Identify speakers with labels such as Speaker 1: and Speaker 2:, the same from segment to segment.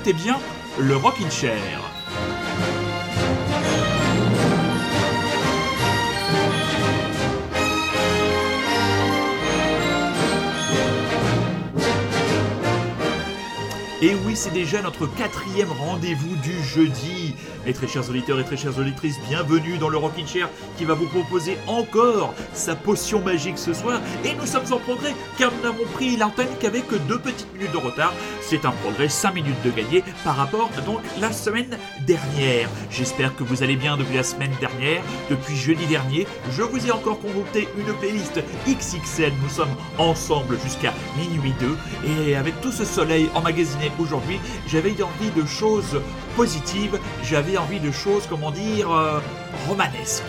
Speaker 1: écoutez bien le Rockin' Chair. Et oui, c'est déjà notre 4e rendez-vous du jeudi. Et très chers auditeurs et très chères auditrices, bienvenue dans le Rockin' Chair qui va vous proposer encore sa potion magique ce soir. Et nous sommes en progrès car nous n'avons pris l'antenne qu'avec 2 petites minutes de retard. C'est un progrès, 5 minutes de gagné par rapport donc la semaine dernière. J'espère que vous allez bien depuis la semaine dernière, depuis jeudi dernier. Je vous ai encore concocté une playlist XXL. Nous sommes ensemble jusqu'à minuit 2. Et avec tout ce soleil emmagasiné aujourd'hui, j'avais envie de choses positives, j'avais envie de choses, comment dire, romanesques.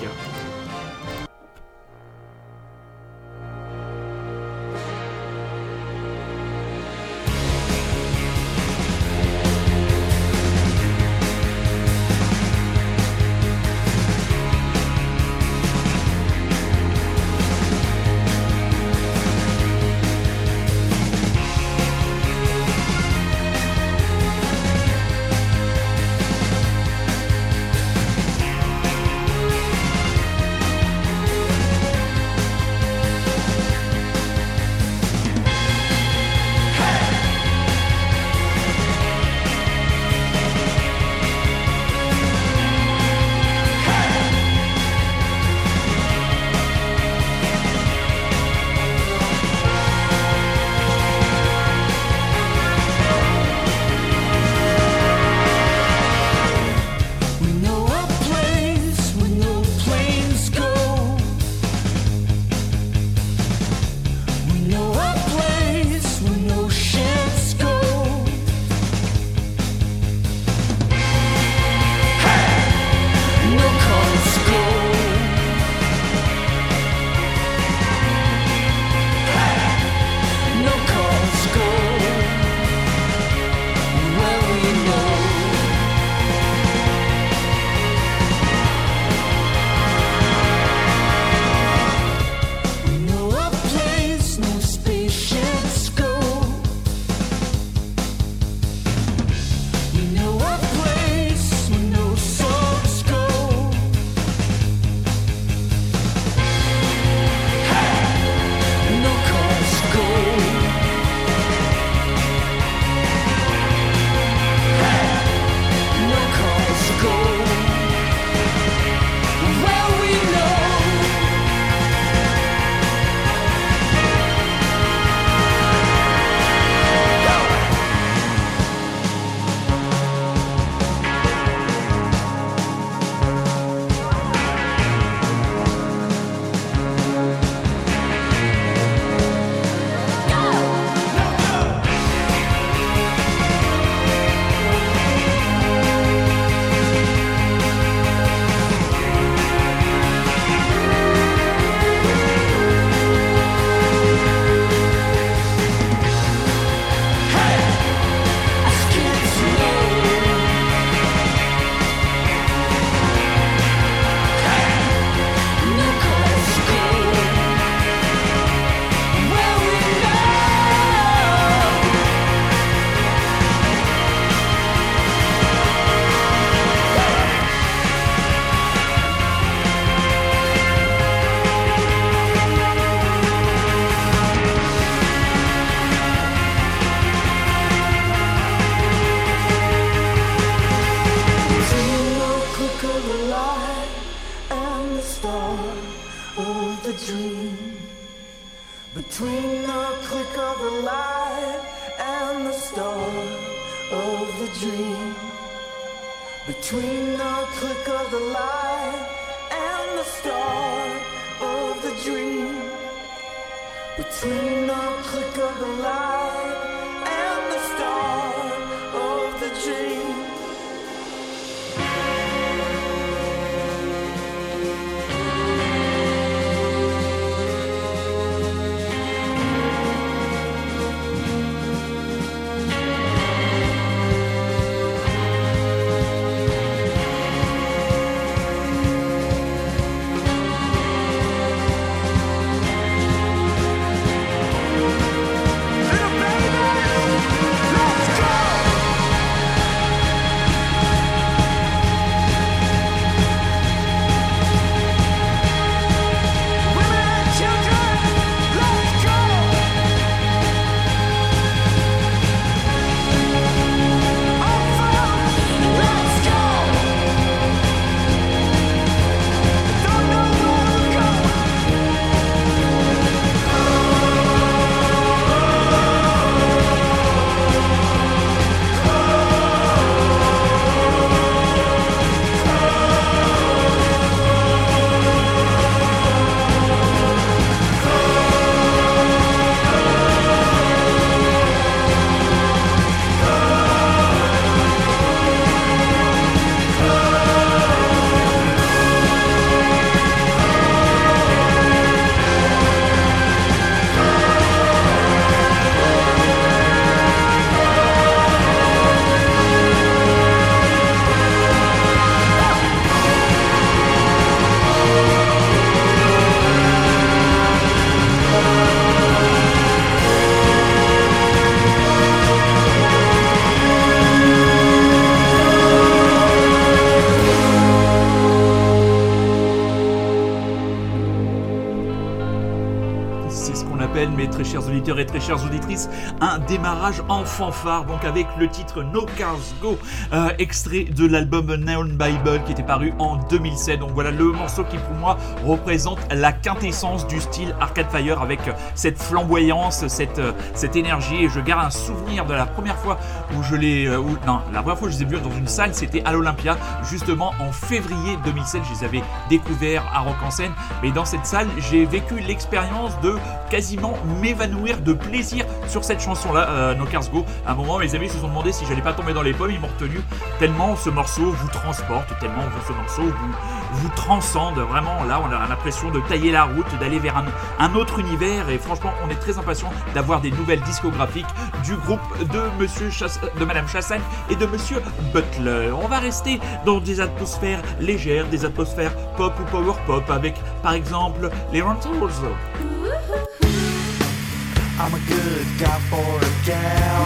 Speaker 2: Between the click of the light and the start of the dream. Between the click of the light and the start of the dream. Between the click of the light and the start of the dream.
Speaker 3: Little
Speaker 1: c'est ce qu'on appelle, mes très chers auditeurs et très chères auditrices, un démarrage en fanfare, donc avec le titre No Cars Go, extrait de l'album Neon Bible qui était paru en 2007. Donc voilà le morceau qui pour moi représente la quintessence du style Arcade Fire, avec cette flamboyance, cette énergie. Et je garde un souvenir de la première fois où je les ai vus dans une salle, c'était à l'Olympia, justement en février 2007. Je les avais découverts à Rock en Seine, mais dans cette salle j'ai vécu l'expérience de quasiment m'évanouir de plaisir sur cette chanson-là, No Cars Go. À un moment, mes amis se sont demandé si j'allais pas tomber dans les pommes, ils m'ont retenu, tellement ce morceau vous transporte, tellement ce morceau vous transcende. Vraiment, là, on a l'impression de tailler la route, d'aller vers un autre univers, et franchement, on est très impatient d'avoir des nouvelles discographiques du groupe de Madame Chassagne et de Monsieur Butler. On va rester dans des atmosphères légères, des atmosphères pop ou power pop, avec, par exemple, les Rentals.
Speaker 2: I'm a good guy for a gal,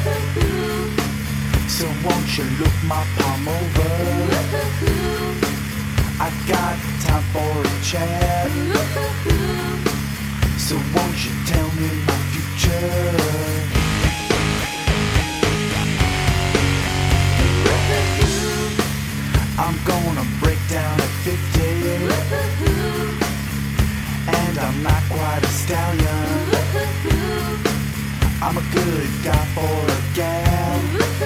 Speaker 2: so won't you look my palm over? I got time for a chat, so won't you tell me my future? I'm gonna break down at 50, and I'm not quite a stallion. I'm a good guy for a gal,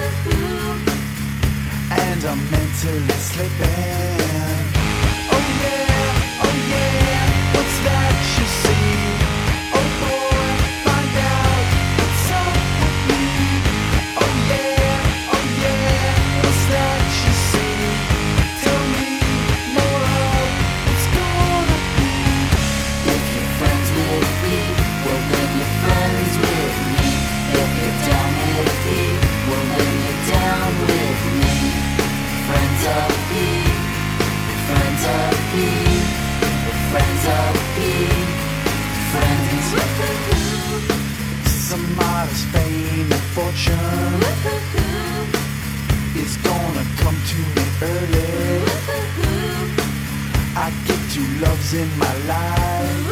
Speaker 2: and I'm mentally slipping. Oh yeah, what's that you see? Oh boy, find out what's up with me. Oh yeah, what's that you see? Tell me more of what's gonna be. If you're friends with me, well then you're friends with me. If you're down with me, well then you're down with me. Friends of me, friends of me, friends of me, friends. Some modest fame and fortune is gonna come to me early. I get 2 loves in my life,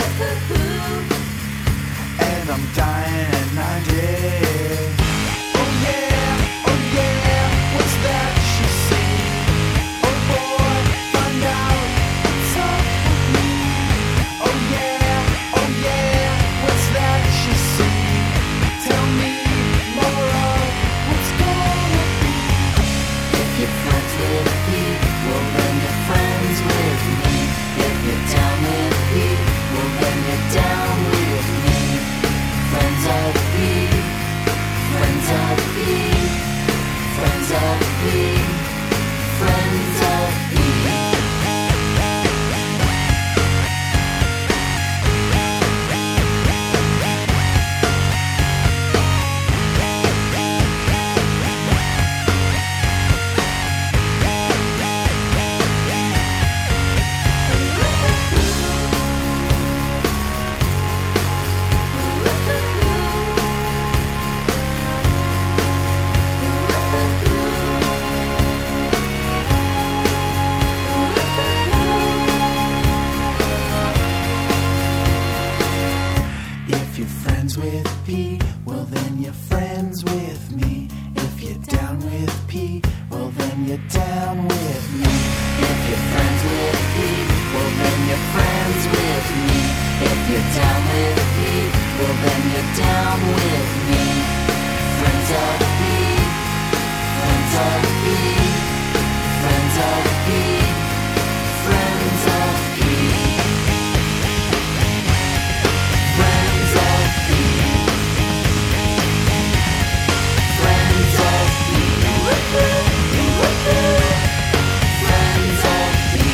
Speaker 2: and I'm dying at 90. Oh yeah, what's that you see? Oh boy, find out what's up with me. Oh yeah, what's that you see? Tell me more of what's gonna be. If you're friends with me, well then you're friends with me. If you're down with me, well then you're down with me. Friends of me, friends of me, friends of me, friends of me. If you're friends with P, well then you're friends with me. If you're down with P, well then you're down with me. If you're friends with P, well then you're friends with me. If you're down with P, well then you're down with me. Friends of P, friends of P, friends of P, friends of P. Friends of P, friends of P, friends of P,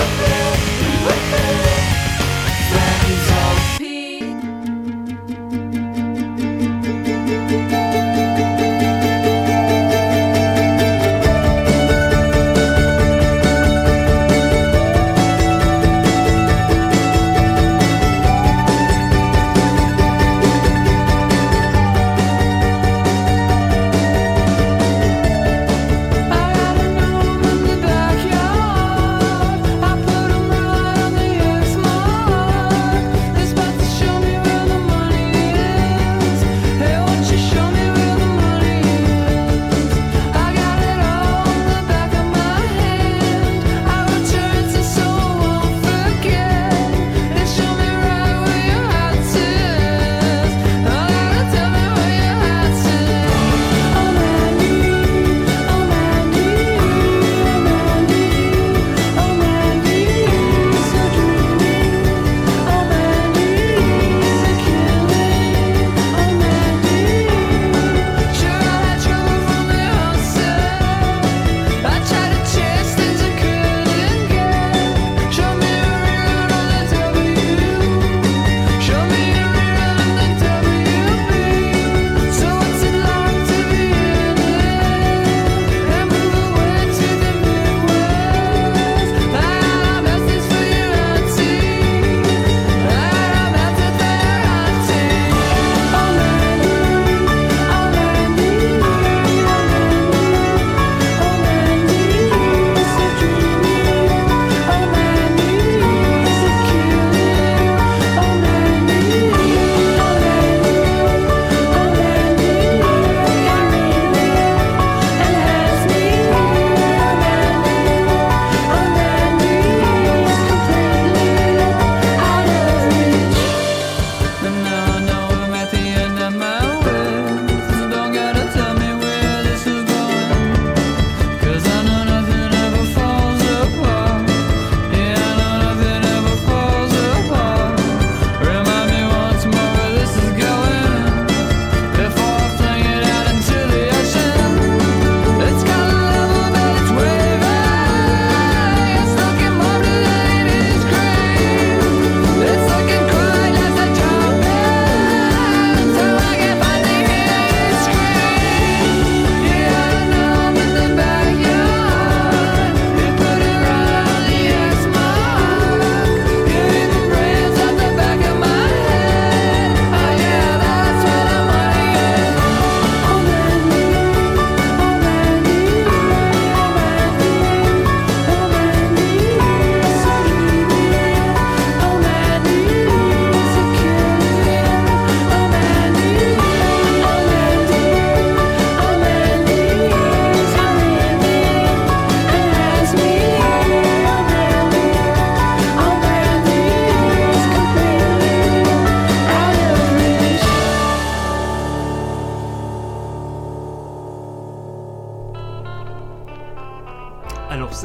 Speaker 2: friends of P.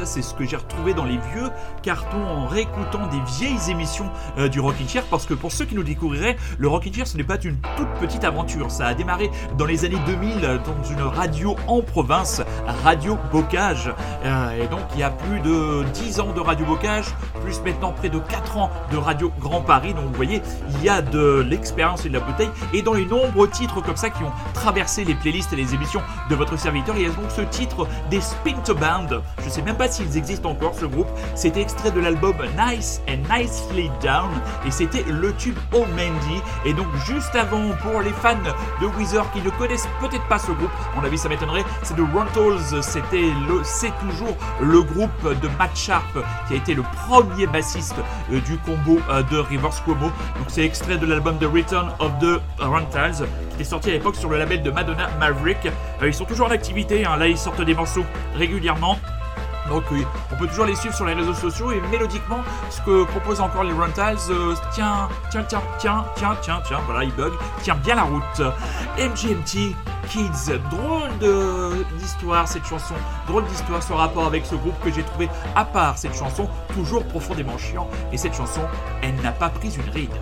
Speaker 1: ça c'est ce que j'ai retrouvé dans les vieux cartons en réécoutant des vieilles émissions du Rockin' Chair, parce que pour ceux qui nous découvriraient, le Rockin' Chair ce n'est pas une toute petite aventure, ça a démarré dans les années 2000 dans une radio en province, Radio Bocage, et donc il y a plus de 10 ans de Radio Bocage, plus maintenant près de 4 ans de Radio Grand Paris, donc vous voyez, il y a de l'expérience et de la bouteille, et dans les nombreux titres comme ça qui ont traversé les playlists et les émissions de votre serviteur, il y a donc ce titre des Spinto Band, je ne sais même pas s'ils existent encore ce groupe, c'était extrait de l'album Nice and Nicely Down, et c'était le tube Oh Mandy. Et donc juste avant, pour les fans de Weezer qui ne connaissent peut-être pas ce groupe, à mon avis ça m'étonnerait, c'est The Runtles, c'est toujours le groupe de Matt Sharp qui a été le premier bassiste du combo de Rivers Cuomo. Donc c'est extrait de l'album The Return of the Runtles qui est sorti à l'époque sur le label de Madonna Maverick. Ils sont toujours en activité, hein. Là ils sortent des morceaux régulièrement. Donc oui, on peut toujours les suivre sur les réseaux sociaux, et mélodiquement, ce que proposent encore les Runtles, tiens, voilà, il bug, tient bien la route. MGMT Kids, drôle d'histoire cette chanson, drôle d'histoire ce rapport avec ce groupe que j'ai trouvé à part cette chanson, toujours profondément chiant, et cette chanson, elle n'a pas pris une ride.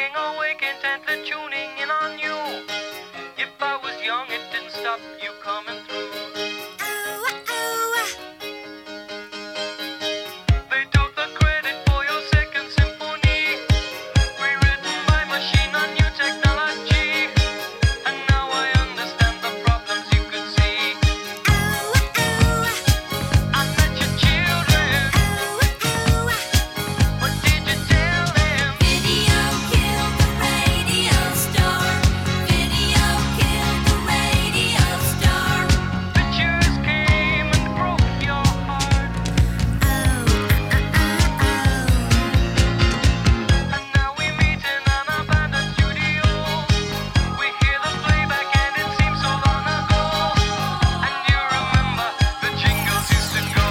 Speaker 3: staying awake intently tuning in on you. If I was young, it didn't stop you coming through. They took the credit for your second symphony, rewritten by machine on new technology. And now I understand the problems you could see. I met your children. What did you tell them?
Speaker 4: Video killed the radio star. Video killed the radio star.
Speaker 3: Pictures came and broke your heart. And now we meet in an abandoned studio. We hear the playback and it seems so long ago. And you remember the jingles used to go.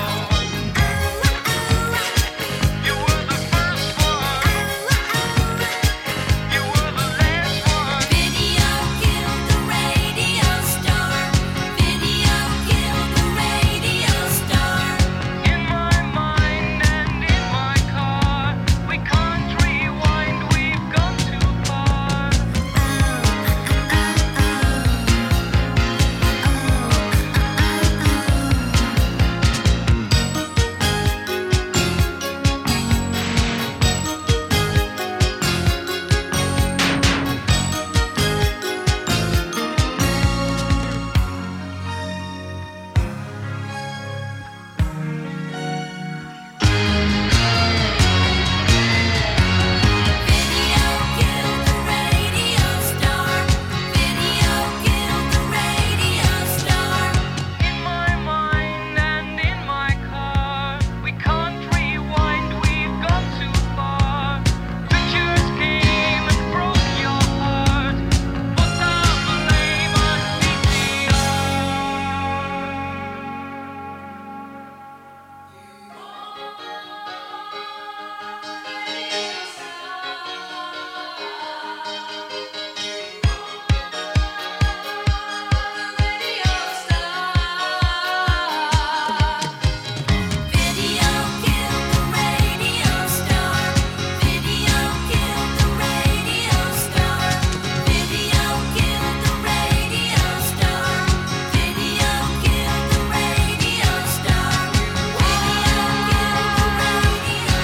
Speaker 3: You were the first one. You were the last one.
Speaker 4: Video killed the radio star. Video killed the radio star.
Speaker 3: In my mind and in my car, we can't rewind, we've gone too far.
Speaker 4: Video killed the radio star. Video killed the radio star.
Speaker 3: In my mind and in my car, we can't rewind, we've gone too far. Pictures came and broke your heart. Put the blame on VCR.
Speaker 4: Video killed the radio star. Video killed the radio star. Video killed the radio star. Video killed the radio star. Video killed the radio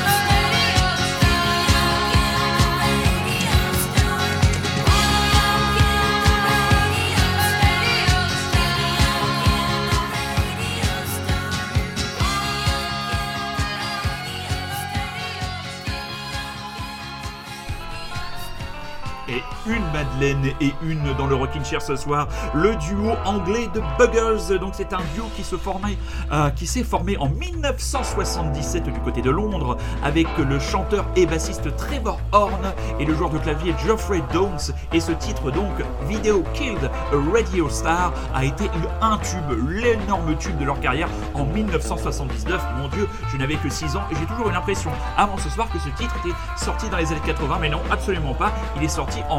Speaker 1: Et une Madeleine et une dans le Rockin' Chair ce soir, le duo anglais de Buggers. Donc c'est un duo qui s'est formé en 1977 du côté de Londres avec le chanteur et bassiste Trevor Horn et le joueur de clavier Geoffrey Downes. Et ce titre donc, Video Killed a Radio Star, a été un tube, l'énorme tube de leur carrière en 1979. Mon Dieu, je n'avais que 6 ans et j'ai toujours eu l'impression avant ce soir que ce titre était sorti dans les années 80, mais non, absolument pas. Il est sorti en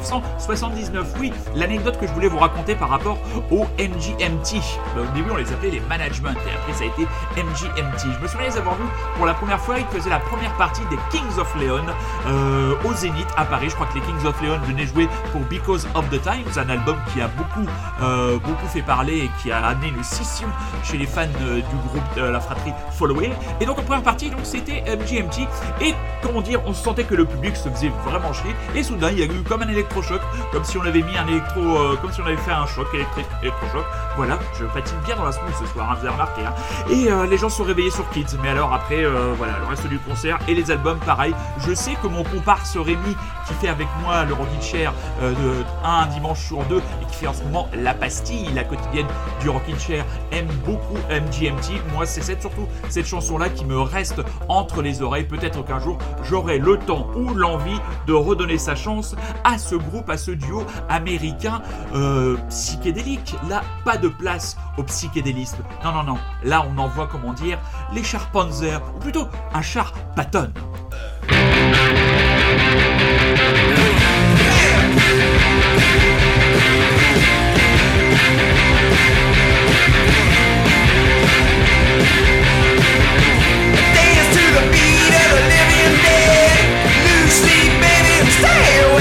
Speaker 1: 1979. Oui, l'anecdote que je voulais vous raconter par rapport au MGMT. Au début, on les appelait les Management et après, ça a été MGMT. Je me souviens les avoir vus pour la première fois. Ils faisaient la première partie des Kings of Leon au Zénith à Paris. Je crois que les Kings of Leon venaient jouer pour Because of the Times, un album qui a beaucoup fait parler et qui a amené une scission chez les fans du groupe de la fratrie Following. Et donc en première partie, donc c'était MGMT. Et comment dire, on sentait que le public se faisait vraiment chier. Et soudain, il y a eu comme un électrochoc, comme si on avait mis comme si on avait fait un choc électrochoc. Voilà, je patine bien dans la smooth ce soir, hein, vous avez remarqué. Hein. Et les gens se sont réveillés sur Kids. Mais alors après, voilà, le reste du concert et les albums, pareil. Je sais que mon comparse Rémi, qui fait avec moi le Rockin' Chair un dimanche sur deux et qui fait en ce moment la pastille, la quotidienne du Rockin' Chair, aime beaucoup MGMT. Moi, c'est surtout cette chanson-là qui me reste entre les oreilles. Peut-être qu'un jour, j'aurai le temps ou l'envie de redonner sa chance à ce groupe, à ce duo américain psychédélique. Là, pas de place au psychédélisme. Non, non, non. Là, on envoie, comment dire, les chars Panzer, ou plutôt un char Patton.
Speaker 2: Dance to the beat of the living dead. Loose sleep, baby, and stay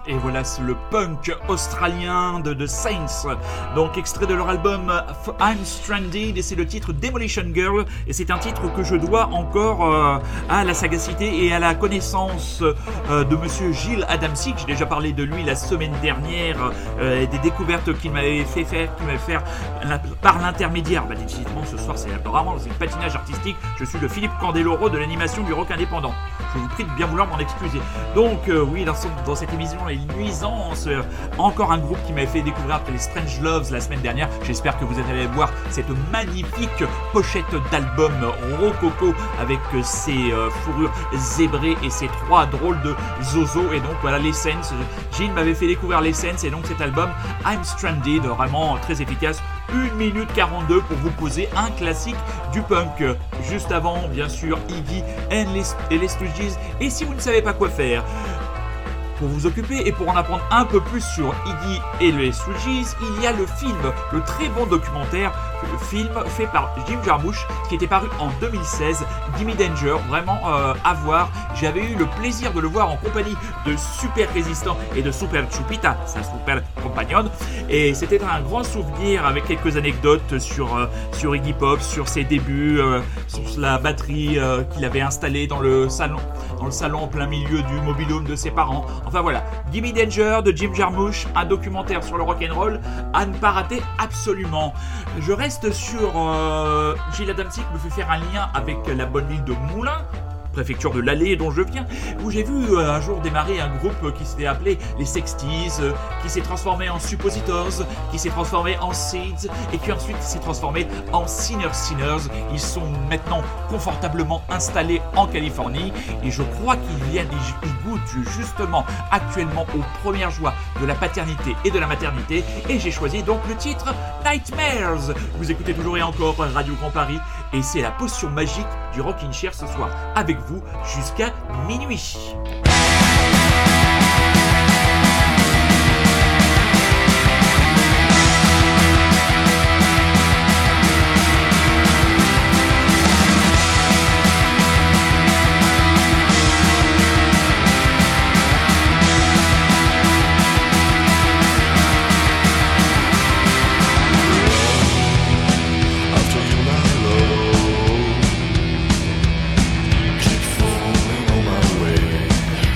Speaker 1: Et voilà, c'est le punk australien de The Saints. Donc, extrait de leur album I'm Stranded, et c'est le titre Demolition Girl. Et c'est un titre que je dois encore à la sagacité et à la connaissance de monsieur Gilles Adamczyk. J'ai déjà parlé de lui la semaine dernière, des découvertes qu'il m'avait fait faire, par l'intermédiaire. Décidément, ce soir, c'est vraiment le patinage artistique. Je suis le Philippe Candeloro de l'animation du rock indépendant. Je vous prie de bien vouloir m'en excuser. Donc, oui, dans cette émission, les nuisances, encore un groupe qui m'avait fait découvrir les Strange Loves la semaine dernière. J'espère que vous êtes allés voir cette magnifique pochette d'album rococo avec ses fourrures zébrées et ses 3 drôles de zozo. Et donc voilà, les Saints. Gilles m'avait fait découvrir les Saints et donc cet album I'm Stranded, vraiment très efficace. 1 minute 42 pour vous poser un classique du punk. Juste avant, bien sûr, Iggy et les Stooges. Et si vous ne savez pas quoi faire pour vous occuper et pour en apprendre un peu plus sur Iggy et les Stooges, il y a le film, le très bon documentaire, le film fait par Jim Jarmusch qui était paru en 2016, Gimme Danger, vraiment à voir. J'avais eu le plaisir de le voir en compagnie de Super Résistant et de Super Chupita, sa super compagnonne, et c'était un grand souvenir avec quelques anecdotes sur Iggy Pop, sur ses débuts, sur la batterie qu'il avait installée dans le salon en plein milieu du mobil-home de ses parents. Enfin voilà, Gimme Danger de Jim Jarmusch, un documentaire sur le rock'n'roll à ne pas rater absolument. Je reste sur Gilles Adamczyk me fait faire un lien avec la bonne ville de Moulins, préfecture de l'Allier dont je viens, où j'ai vu un jour démarrer un groupe qui s'était appelé les Sexties, qui s'est transformé en Suppositors, qui s'est transformé en Seeds, et qui ensuite s'est transformé en Sinners. Ils sont maintenant confortablement installés en Californie, et je crois qu'ils goûtent justement actuellement aux premières joies de la paternité et de la maternité, et j'ai choisi donc le titre Nightmares. Vous écoutez toujours et encore Radio Grand Paris, et c'est la potion magique du Rockin' Chair ce soir, avec vous jusqu'à minuit.
Speaker 5: Keep falling on my way.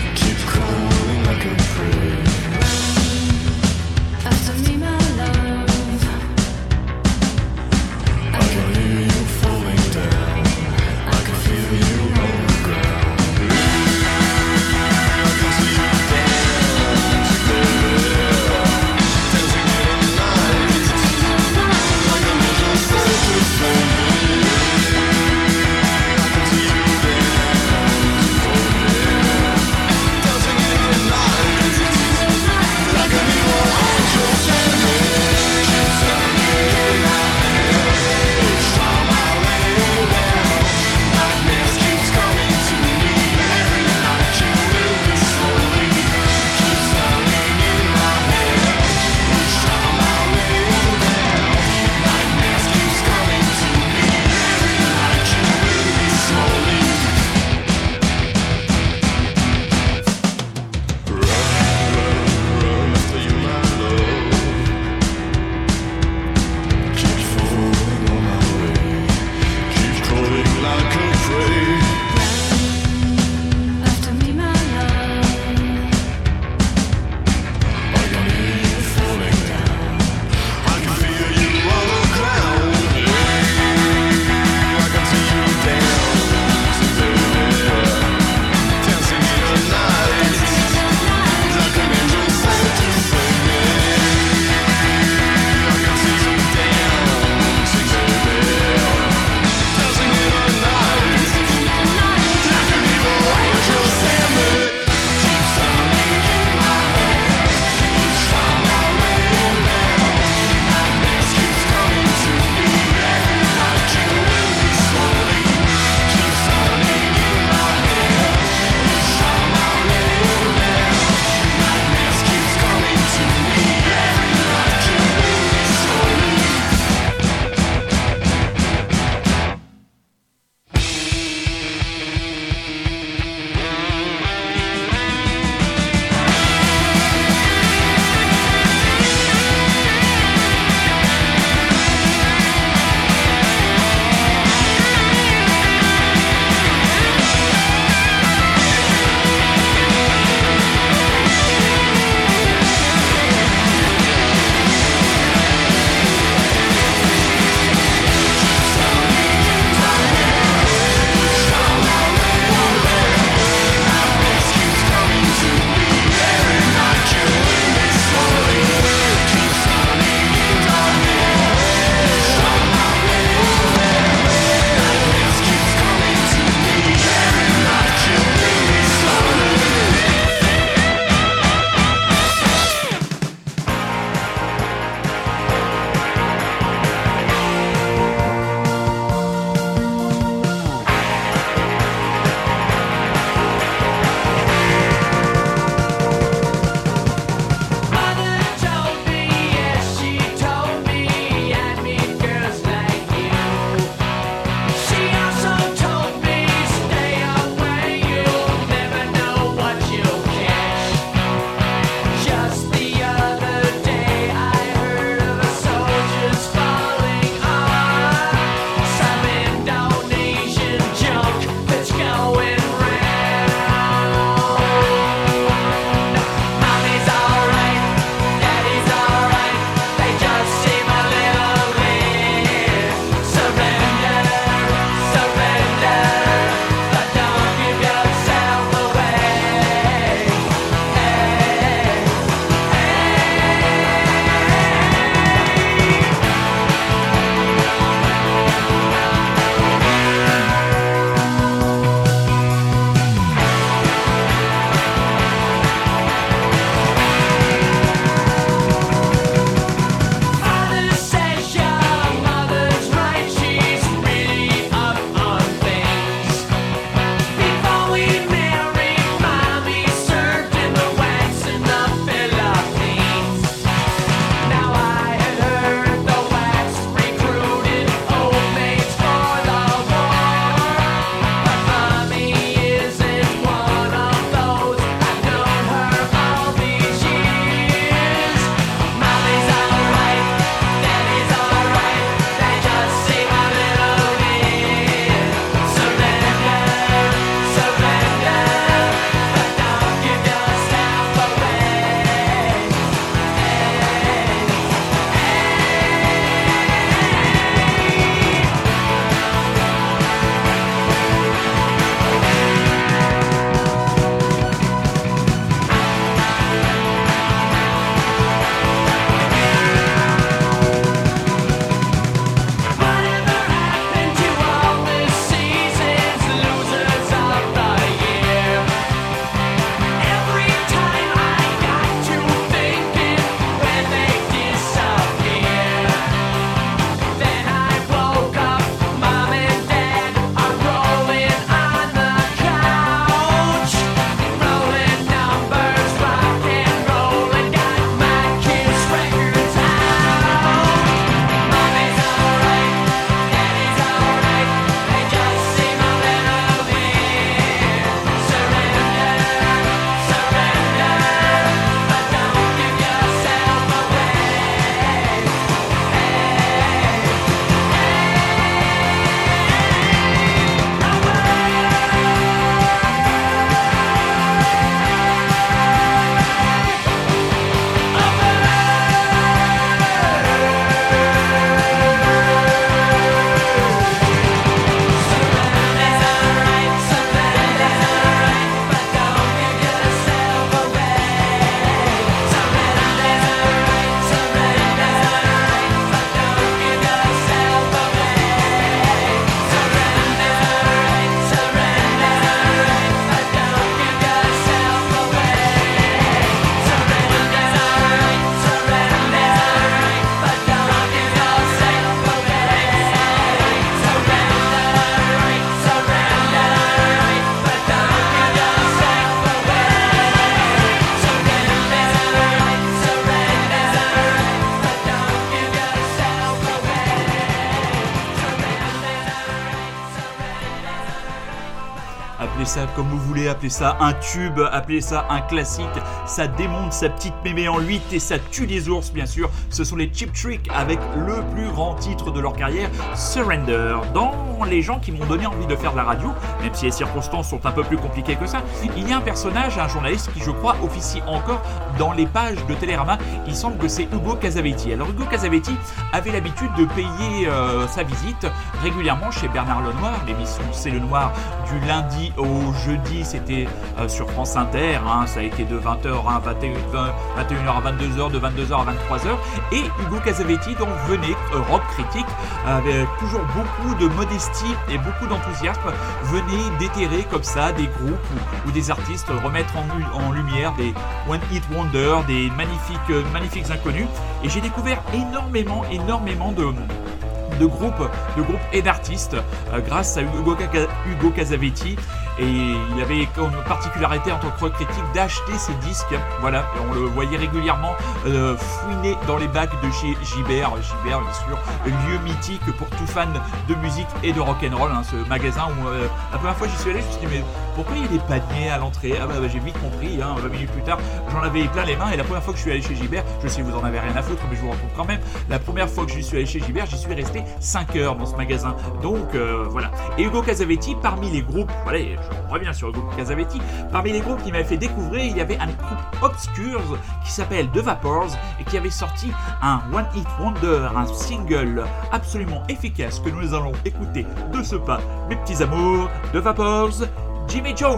Speaker 1: ça comme vous voulez, appelez ça un tube, appelez ça un classique. Ça démonte sa petite mémé en 8 et ça tue les ours, bien sûr. Ce sont les Cheap Trick avec le plus grand titre de leur carrière, Surrender. Dans les gens qui m'ont donné envie de faire de la radio, même si les circonstances sont un peu plus compliquées que ça, il y a un personnage, un journaliste qui, je crois, officie encore dans les pages de Télérama. Il semble que c'est Ugo Casavetti. Alors Ugo Casavetti avait l'habitude de payer sa visite régulièrement chez Bernard Lenoir. L'émission C'est le Noir du lundi au jeudi, c'était sur France Inter, hein, ça a été de 20h à 21h à 22h, de 22h à 23h, et Ugo Casavetti donc venait, rock critique, avec toujours beaucoup de modestie et beaucoup d'enthousiasme, venait déterrer comme ça des groupes ou des artistes, remettre en lumière des One Hit Wonder, des magnifiques inconnus, et j'ai découvert énormément de groupes et d'artistes grâce à Ugo Casavetti, et il avait comme particularité en tant que critique d'acheter ses disques, voilà, et on le voyait régulièrement fouiner dans les bacs de chez Gibert, bien sûr, lieu mythique pour tout fan de musique et de rock'n'roll, hein, ce magasin où la première fois j'y suis allé, je me suis dit mais pourquoi il y a des paniers à l'entrée? J'ai vite compris, 20 minutes plus tard j'en avais plein les mains, et la première fois que je suis allé chez Gibert, je sais vous en avez rien à foutre mais je vous raconte quand même, la première fois que je suis allé chez Gibert, j'y suis resté 5 heures dans ce magasin, donc voilà. Et Ugo Casavetti, parmi les groupes, voilà, je reviens sur Ugo Casavetti, parmi les groupes qui m'avaient fait découvrir, il y avait un groupe obscur qui s'appelle The Vapors et qui avait sorti un One Hit Wonder, un single absolument efficace que nous allons écouter de ce pas, mes petits amours, The Vapors, Jimmy Jones.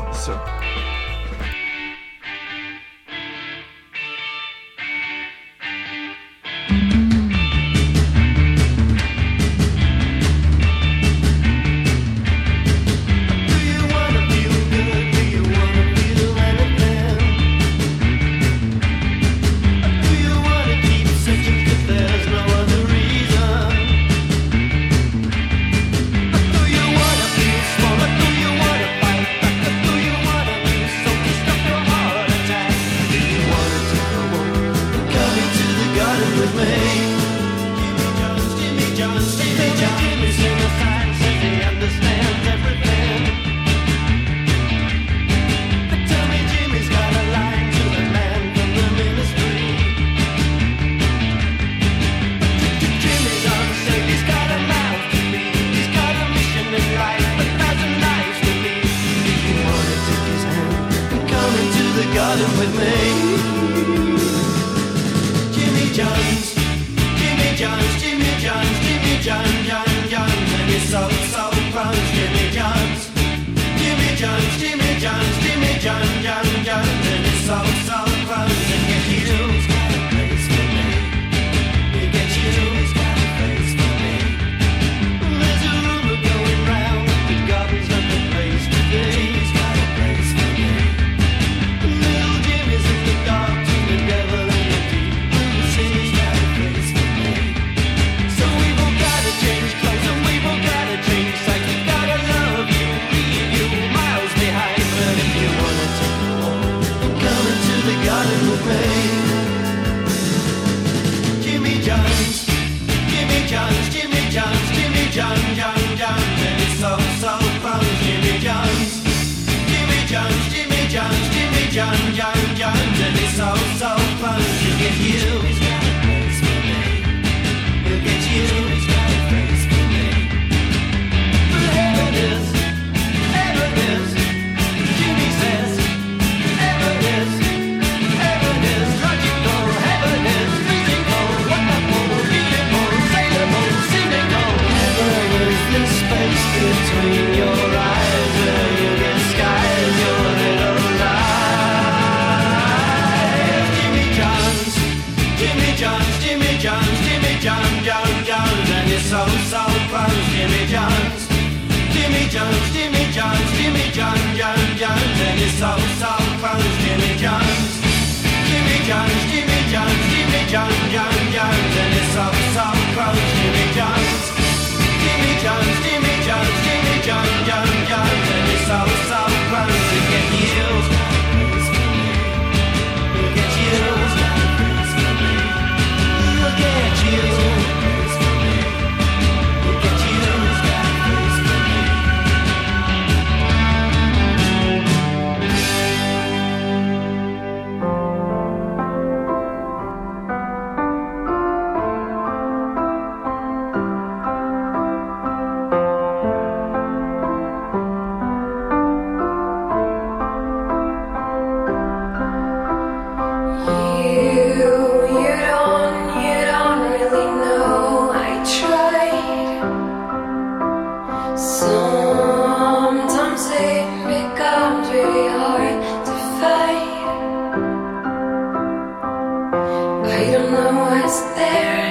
Speaker 5: I don't know what's there.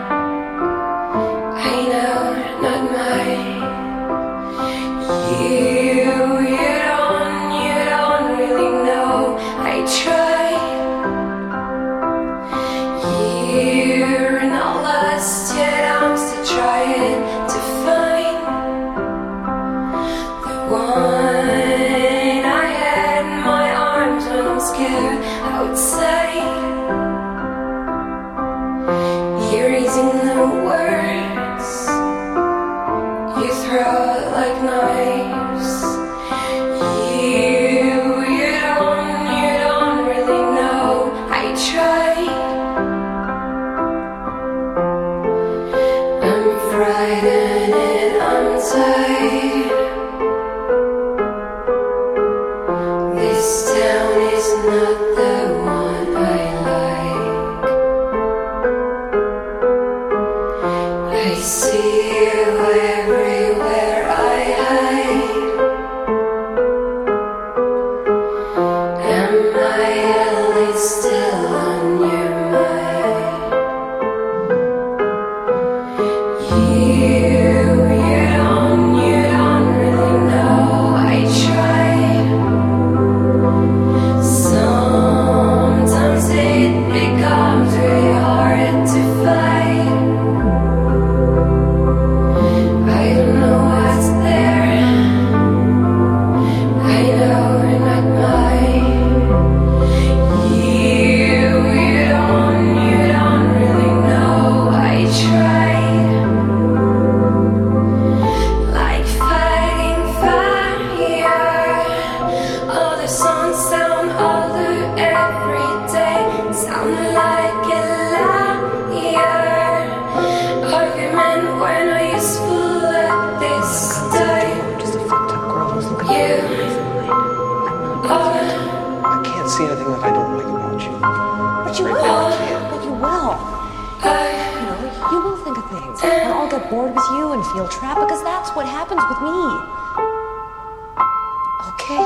Speaker 5: I know not mine. You don't really know. I tried. You're not lost yet. I'm still trying to find the one I had in my arms when I'm scared outside. Erasing the words you throw like knives. You don't really know. I tried. I'm frightened and I'm tired. This town is not the one I like. I see you everywhere I hide. Am I at least still on your mind? You don't really know. I tried. Sometimes it becomes really hard to fight. I don't know what's there. I know we're not mine. You don't really know. I tried. Like fighting fire. All the songs sound older every day. Sound like a liar. Argument when I useful at this time.
Speaker 6: Just a fucked up girl who's looking
Speaker 5: You are
Speaker 6: I can't see anything that I don't like about you.
Speaker 7: But you
Speaker 6: Right
Speaker 7: will.
Speaker 6: now, I can't.
Speaker 7: But you will. You know, you will think of things. And I'll get bored with you and feel trapped because that's what happens with me. Okay?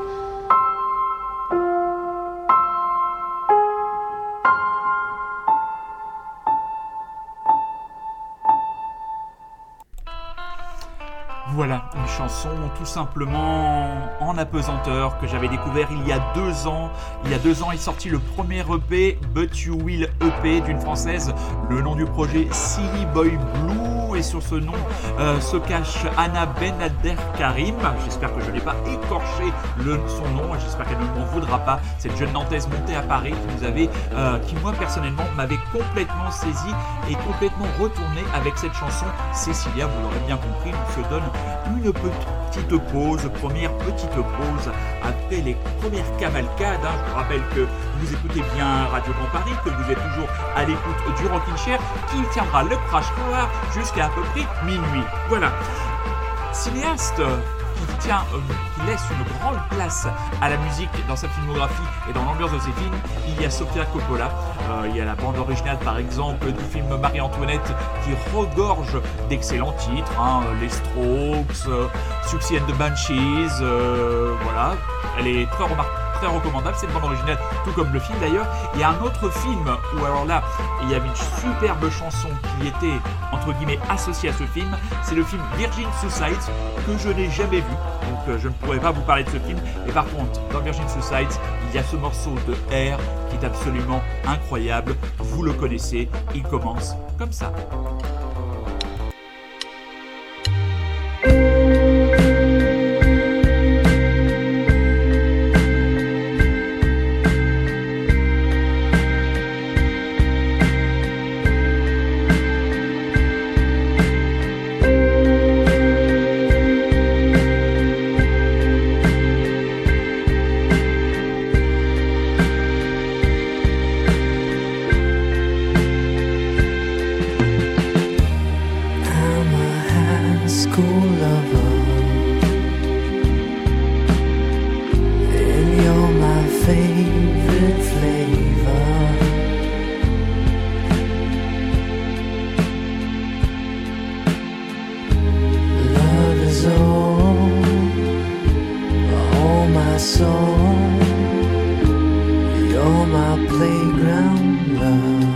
Speaker 1: Voilà, une chanson tout simplement en apesanteur que j'avais découvert il y a 2 ans. Il y a 2 ans est sorti le premier EP, But You Will EP, d'une française. Le nom du projet, Silly Boy Blue. Et sur ce nom se cache Anna Benader Karim. J'espère que je n'ai pas écorché son nom. J'espère qu'elle ne m'en voudra pas. Cette jeune Nantaise montée à Paris qui moi personnellement m'avait complètement saisi et complètement retourné avec cette chanson. Cécilia, vous l'aurez bien compris, on se donne une petite pause, première petite pause après les premières cavalcades. Je vous rappelle que vous écoutez bien Radio Grand Paris, que vous êtes toujours à l'écoute du Rockin' Chair qui tiendra le crash course jusqu'à à peu près minuit. Voilà. Cinéaste qui laisse une grande place à la musique dans sa filmographie et dans l'ambiance de ses films, il y a Sofia Coppola. Il y a la bande originale par exemple du film Marie-Antoinette qui regorge d'excellents titres, les Strokes, Suicide and the Banshees, voilà, elle est très recommandable cette bande originale, tout comme le film d'ailleurs. Il y a un autre film où alors là il y avait une superbe chanson qui était entre guillemets associée à ce film, c'est le film Virgin Suicides que je n'ai jamais vu, donc je ne pourrais pas vous parler de ce film, mais par contre dans Virgin Suicides il y a ce morceau de Air qui est absolument incroyable, vous le connaissez, il commence comme ça.
Speaker 2: my soul. You're my playground love.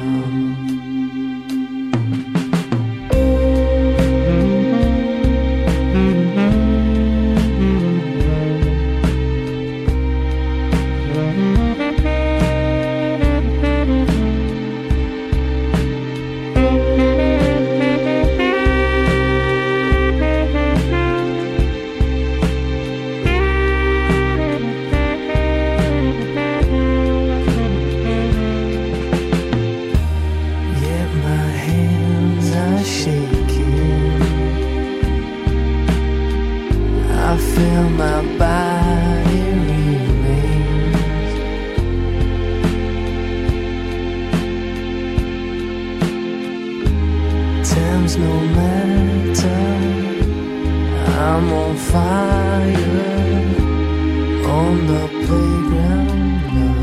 Speaker 2: time's no matter. I'm on fire on the playground now.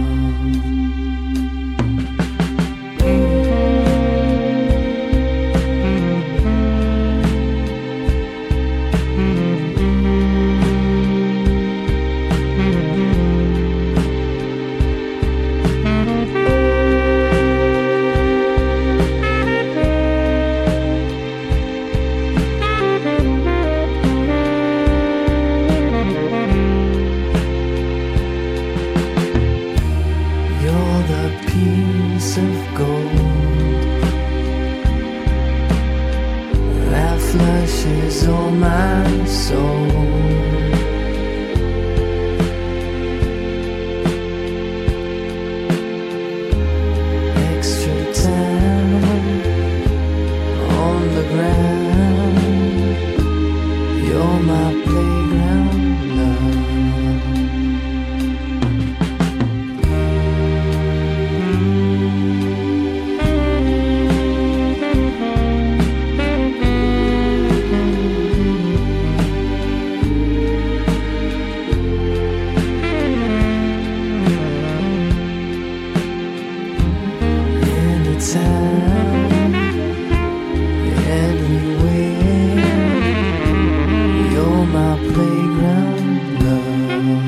Speaker 2: You're the piece of gold that flushes all my soul. Extra time on the ground. You're my playground love. Anytime, everywhere, you're my playground love.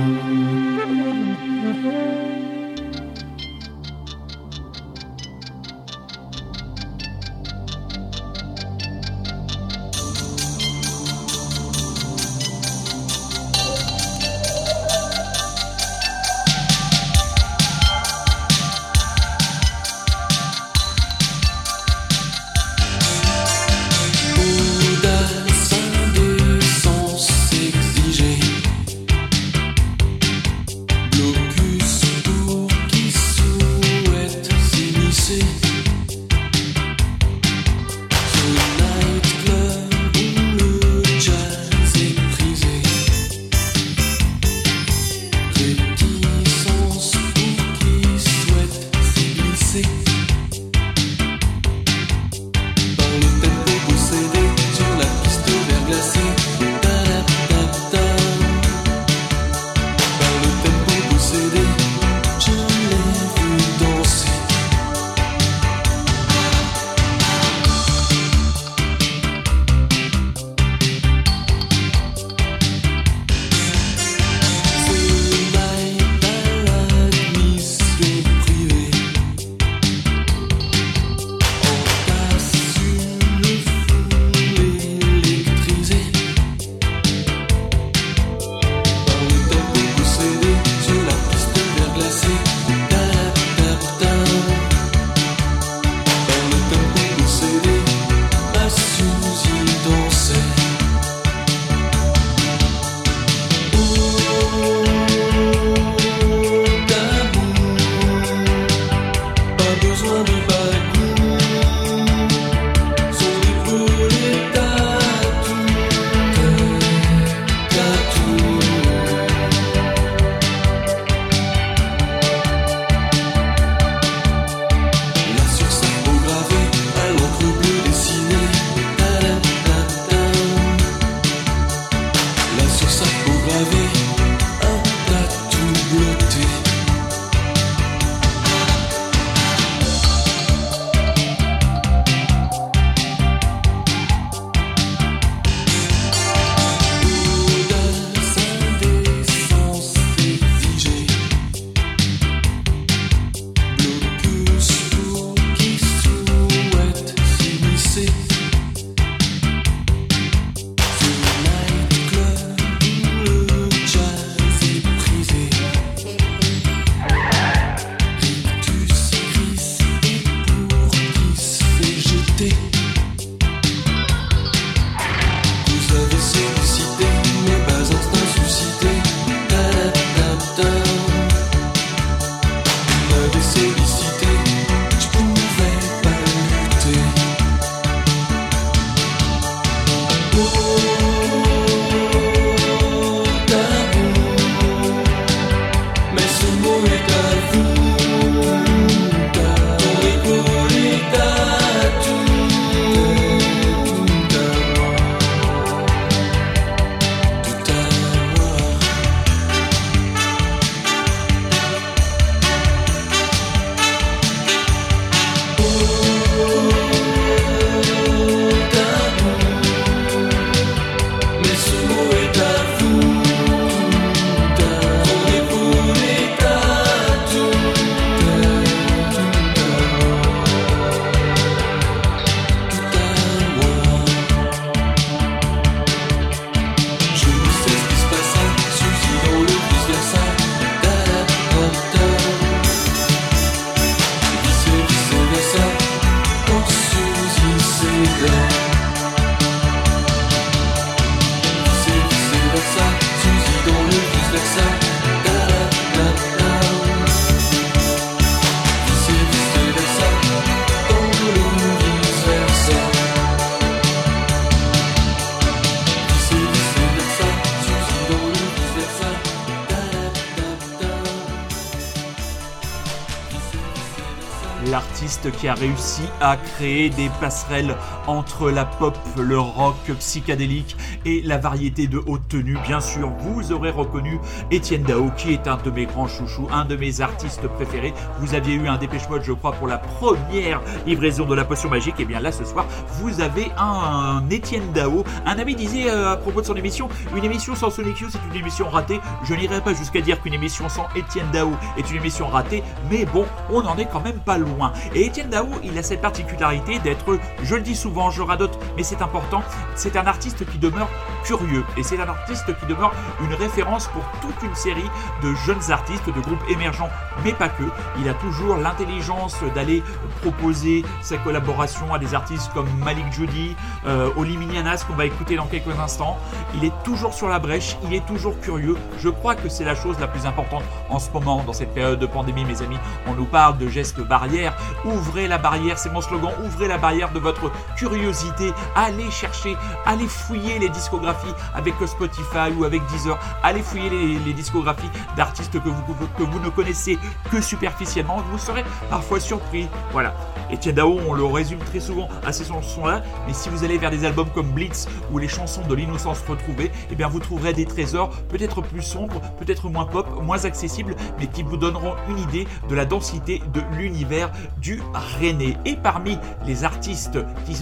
Speaker 1: l'artiste qui a réussi à créer des passerelles entre la pop, le rock psychédélique et la variété de haute tenue. Bien sûr, vous aurez reconnu Etienne Dao, qui est un de mes grands chouchous, un de mes artistes préférés. Vous aviez eu un Dépêche Mode, je crois, pour la première livraison de la potion magique. Et bien là, ce soir, vous avez un Etienne Dao. Un ami disait à propos de son émission, une émission sans Sonic Youth, c'est une émission ratée. Je n'irai pas jusqu'à dire qu'une émission sans Etienne Dao est une émission ratée, mais bon, on n'en est quand même pas loin. Et Etienne Dao, il a cette particularité d'être, je le dis souvent, je radote, mais c'est important, c'est un artiste qui demeure curieux, et c'est un artiste qui demeure une référence pour toute une série de jeunes artistes, de groupes émergents, mais pas que. Il a toujours l'intelligence d'aller proposer sa collaboration à des artistes comme Malik Jody, Oli Minianas, qu'on va écouter dans quelques instants. Il est toujours sur la brèche, il est toujours curieux. Je crois que c'est la chose la plus importante en ce moment, dans cette période de pandémie, mes amis. On nous parle de gestes barrières. Ouvrez la barrière, c'est mon slogan, ouvrez la barrière de votre curiosité. Allez chercher, allez fouiller les discographies avec Spotify ou avec Deezer. Allez fouiller les discographies d'artistes que vous ne connaissez que superficiellement. Vous serez parfois surpris. Voilà. Etienne Dao, on le résume très souvent à ces chansons-là, mais si vous allez vers des albums comme Blitz ou les chansons de l'innocence retrouvée, eh bien vous trouverez des trésors peut-être plus sombres, peut-être moins pop, moins accessibles, mais qui vous donneront une idée de la densité de l'univers du Rennais. Et parmi les artistes qui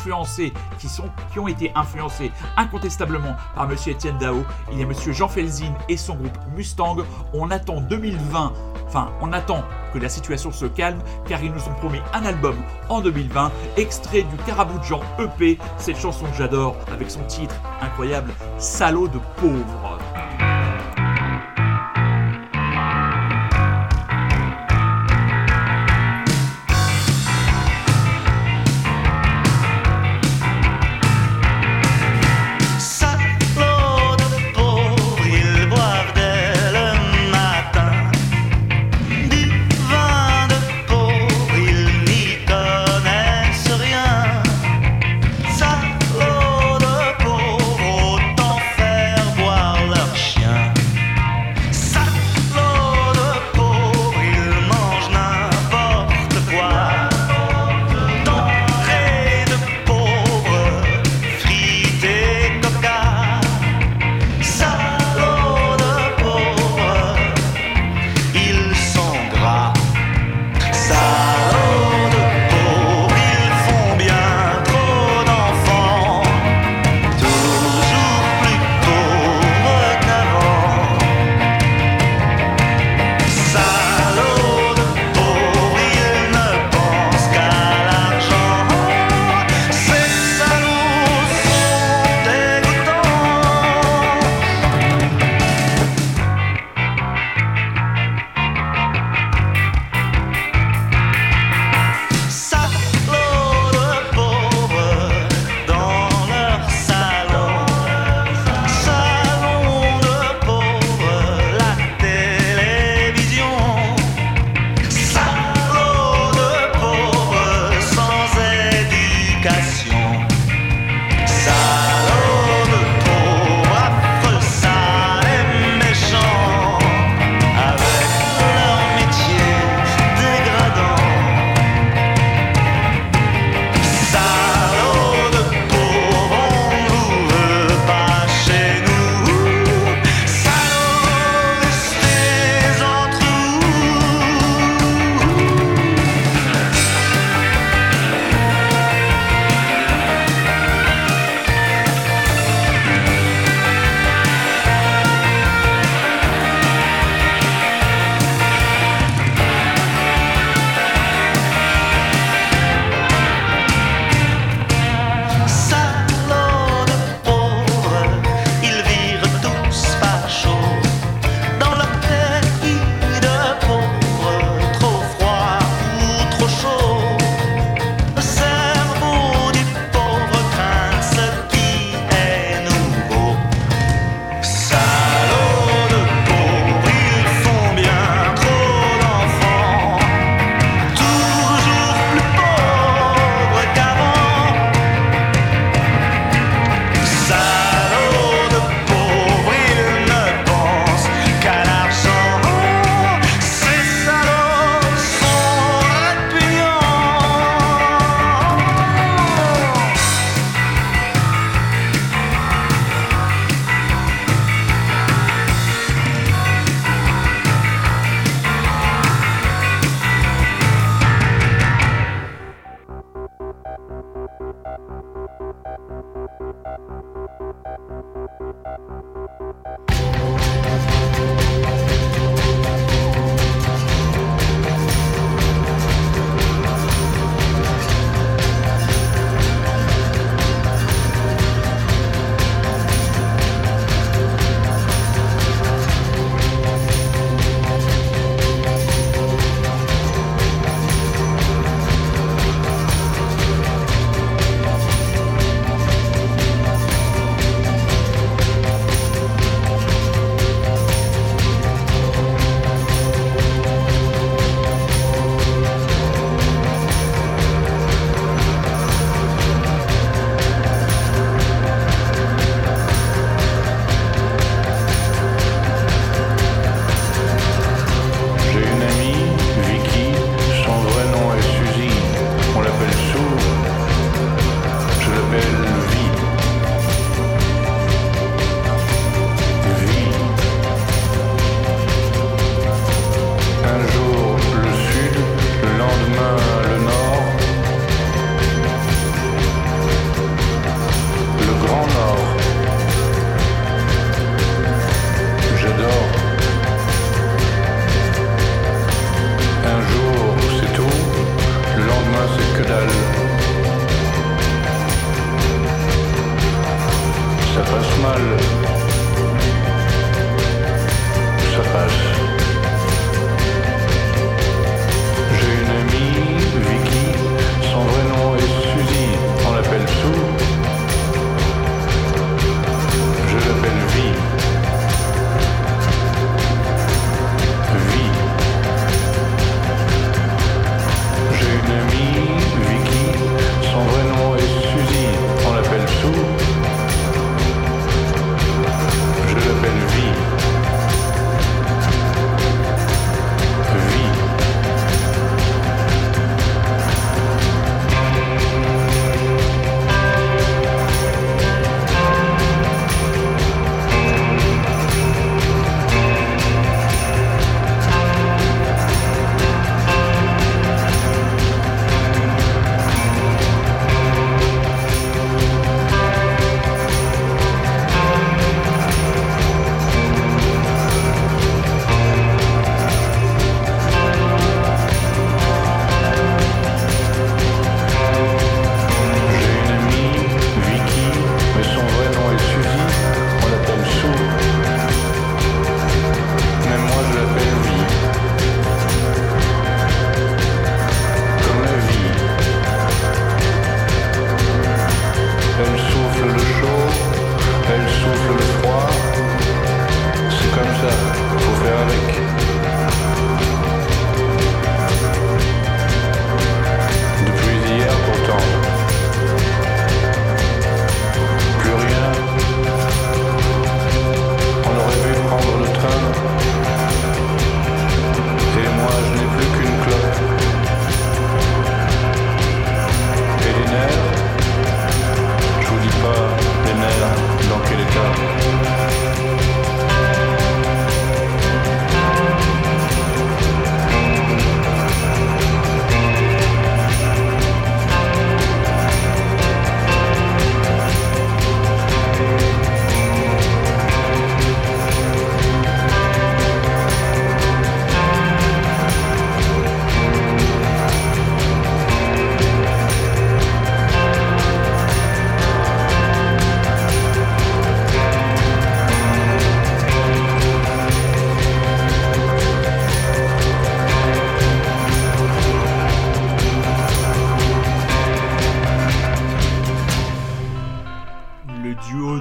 Speaker 1: ont été influencés incontestablement par Monsieur Etienne Dao, il y a Monsieur Jean Felzin et son groupe Mustang. On attend 2020, on attend que la situation se calme, car ils nous ont promis un album en 2020, extrait du Carabou de Jean EP, cette chanson que j'adore, avec son titre incroyable, Salaud de pauvre.
Speaker 8: Autant faire boire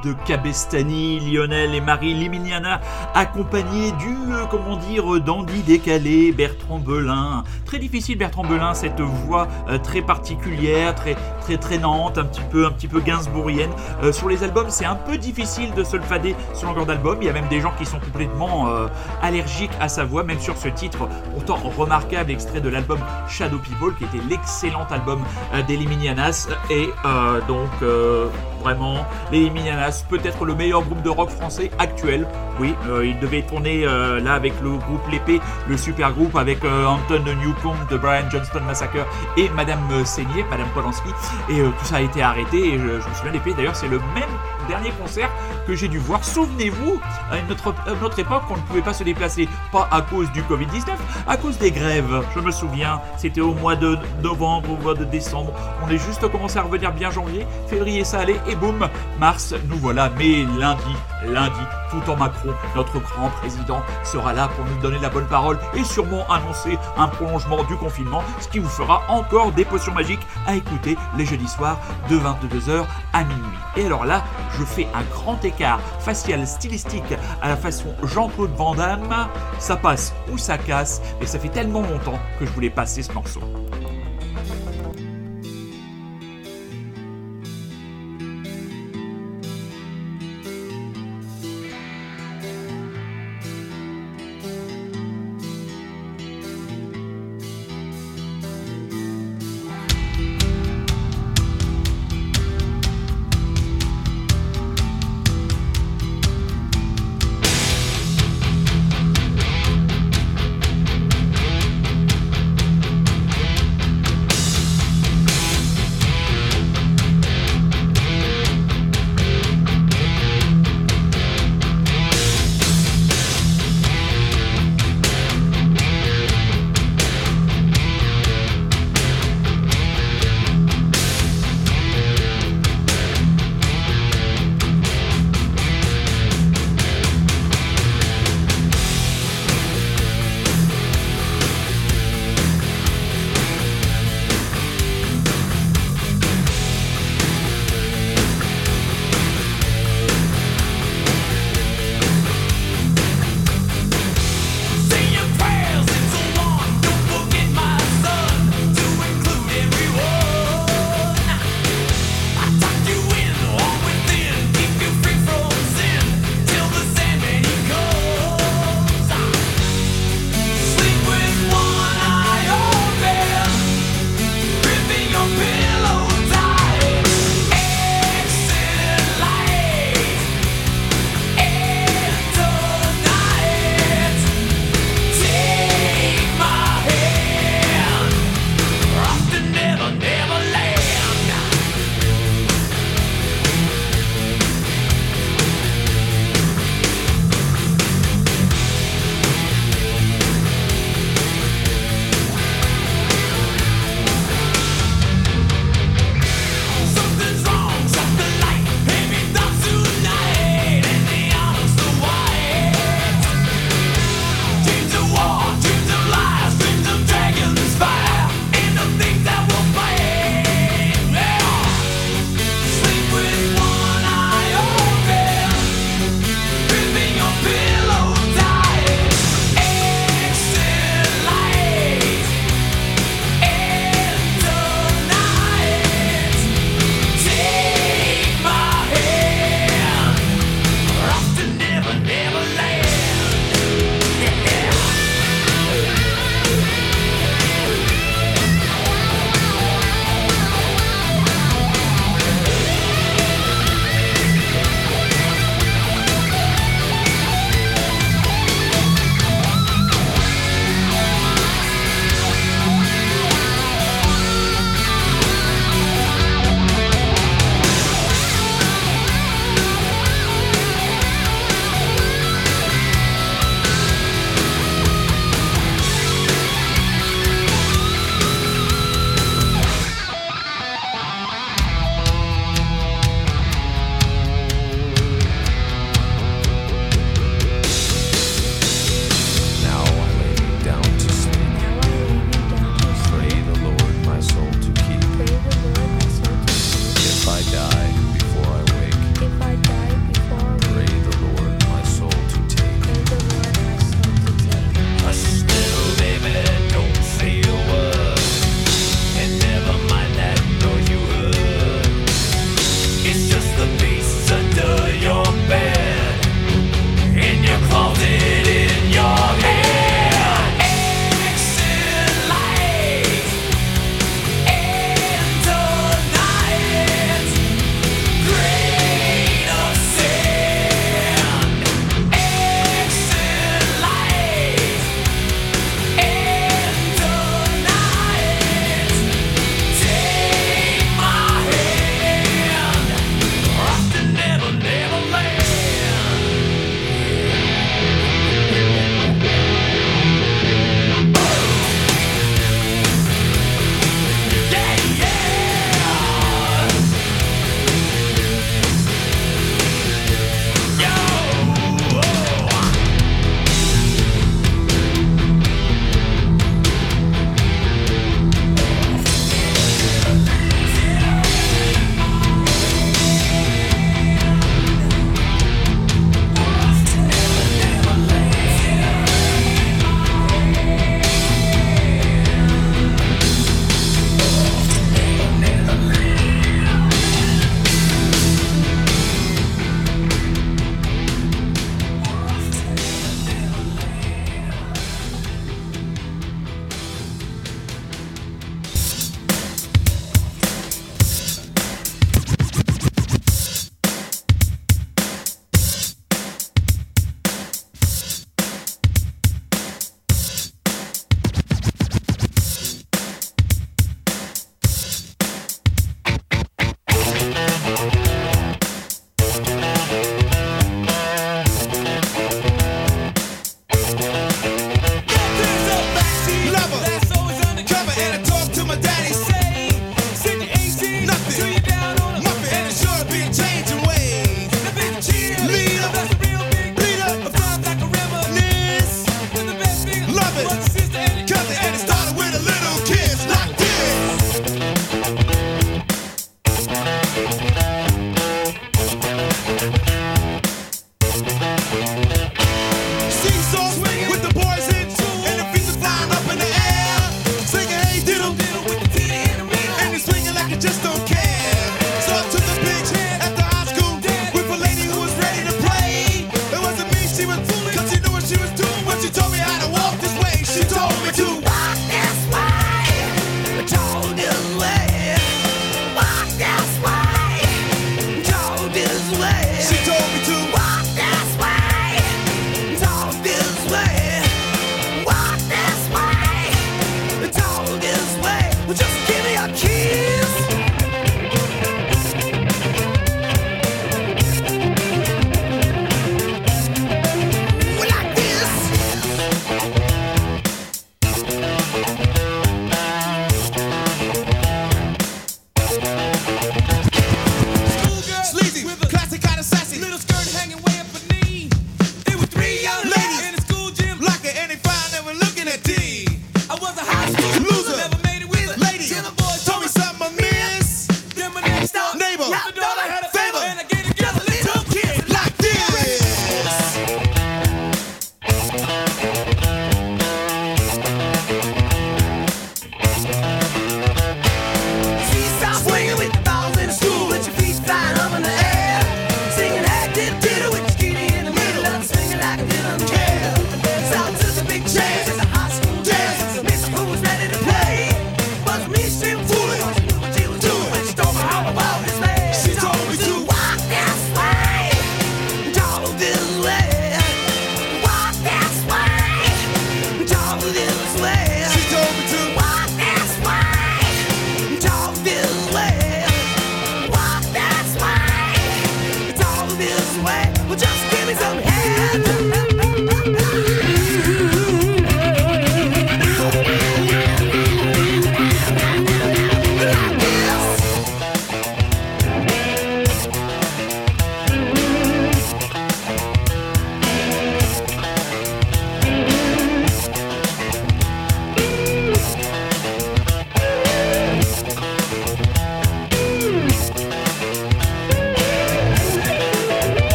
Speaker 1: de Cabestany, Lionel et Marie Liminiana, accompagnés du, dandy décalé, Bertrand Belin. Très difficile Bertrand Belin, cette voix très particulière, très traînante, un petit peu gainsbourgienne. Sur les albums, c'est un peu difficile de se le fader sur longueur d'album. Il y a même des gens qui sont complètement allergiques à sa voix, même sur ce titre pourtant remarquable, extrait de l'album Shadow People, qui était l'excellent album des Liminianas. Et vraiment, les Liminianas, peut-être le meilleur groupe de rock français actuel. Oui, il devait tourner là avec le groupe L'Épée, le super groupe avec Anton Newcomb de Brian Johnston Massacre et Madame Seigné, Madame Polanski, et tout ça a été arrêté. Et je me souviens, L'Épée d'ailleurs, c'est le même dernier concert que j'ai dû voir. Souvenez-vous, à notre époque, on ne pouvait pas se déplacer, pas à cause du Covid-19, à cause des grèves. Je me souviens, c'était au mois de novembre, au mois de décembre. On est juste commencé à revenir bien janvier, février ça allait, et boum, mars, nous voilà. Mais lundi, tout en Macron, notre grand président sera là pour nous donner la bonne parole et sûrement annoncer un prolongement du confinement, ce qui vous fera encore des potions magiques à écouter les jeudis soirs de 22h à minuit. Et alors là, je fais un grand écart facial stylistique à la façon Jean-Claude Van Damme. Ça passe ou ça casse, mais ça fait tellement longtemps que je voulais passer ce morceau.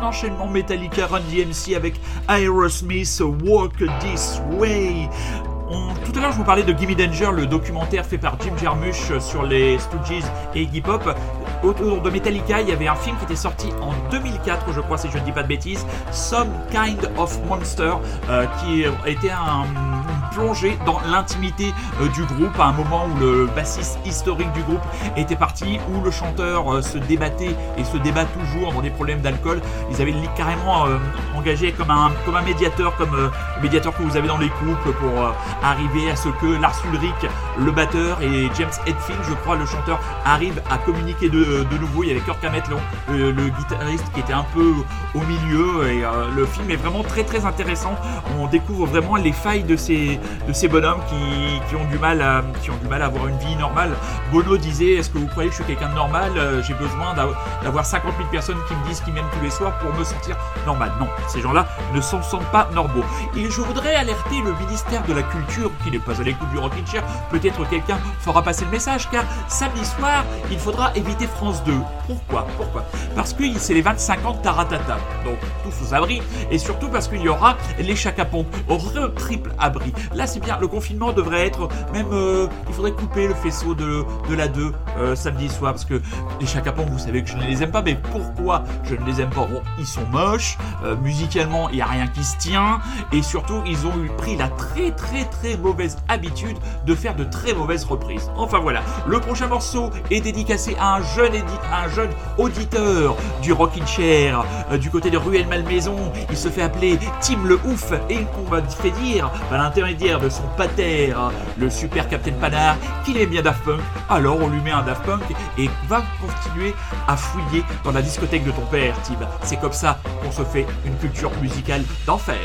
Speaker 1: enchaînement Metallica, Run DMC avec Aerosmith, Walk This Way. Tout à l'heure, je vous parlais de Gimme Danger, le documentaire fait par Jim Jarmusch sur les Stooges et Iggy Pop. Autour de Metallica, il y avait un film qui était sorti en 2004, je crois, si je ne dis pas de bêtises, Some Kind of Monster, qui était une plongée dans l'intimité du groupe, à un moment où le bassiste historique du groupe était parti, où le chanteur se débattait et se débat toujours dans des problèmes d'alcool. Ils avaient carrément engagé comme un médiateur, comme le médiateur que vous avez dans les couples pour arriver à ce que Lars Ulrich, le batteur, et James Hetfield, je crois, le chanteur, arrivent à communiquer de nouveau. Il y avait Kirk Hammett, le guitariste, qui était un peu au milieu, et le film est vraiment très très intéressant. On découvre vraiment les failles de ces bonhommes qui ont du mal à avoir une vie normale. Bono disait: est-ce que vous croyez que je suis quelqu'un de normal? J'ai besoin d'avoir 50 000 personnes qui me disent qu'ils m'aiment tous les soirs pour me sentir normal. Non, ces gens-là ne s'en sentent pas normaux. Et je voudrais alerter le ministère de la Culture, qui n'est pas à l'écoute du Rockin' Chair. Peut-être quelqu'un fera passer le message, car samedi soir, il faudra éviter France 2. Pourquoi? Parce que c'est les 25 ans de Taratata, donc tous aux abris, et surtout parce qu'il y aura les Chaka-Ponk au triple abri. Là, c'est bien, le confinement devrait être même, il faudrait couper le faisceau de la 2 samedi soir, parce que les Chaka-Ponk, vous savez que je ne les aime pas, mais pourquoi je ne les aime pas? Bon, ils sont moches, musicalement, il n'y a rien qui se tient, et surtout, ils ont pris la très très très mauvaise habitude de faire de très mauvaises reprises. Enfin voilà, le prochain morceau est dédicacé à un jeune auditeur du Rockin' Chair du côté de Ruelle-Malmaison. Il se fait appeler Tim le Ouf, et on va fait dire par l'intermédiaire de son pater, le super Captain Panard, qu'il aime bien Daft Punk. Alors on lui met un Daft Punk et va continuer à fouiller dans la discothèque de ton père, Tim. C'est comme ça qu'on se fait une culture musicale d'enfer.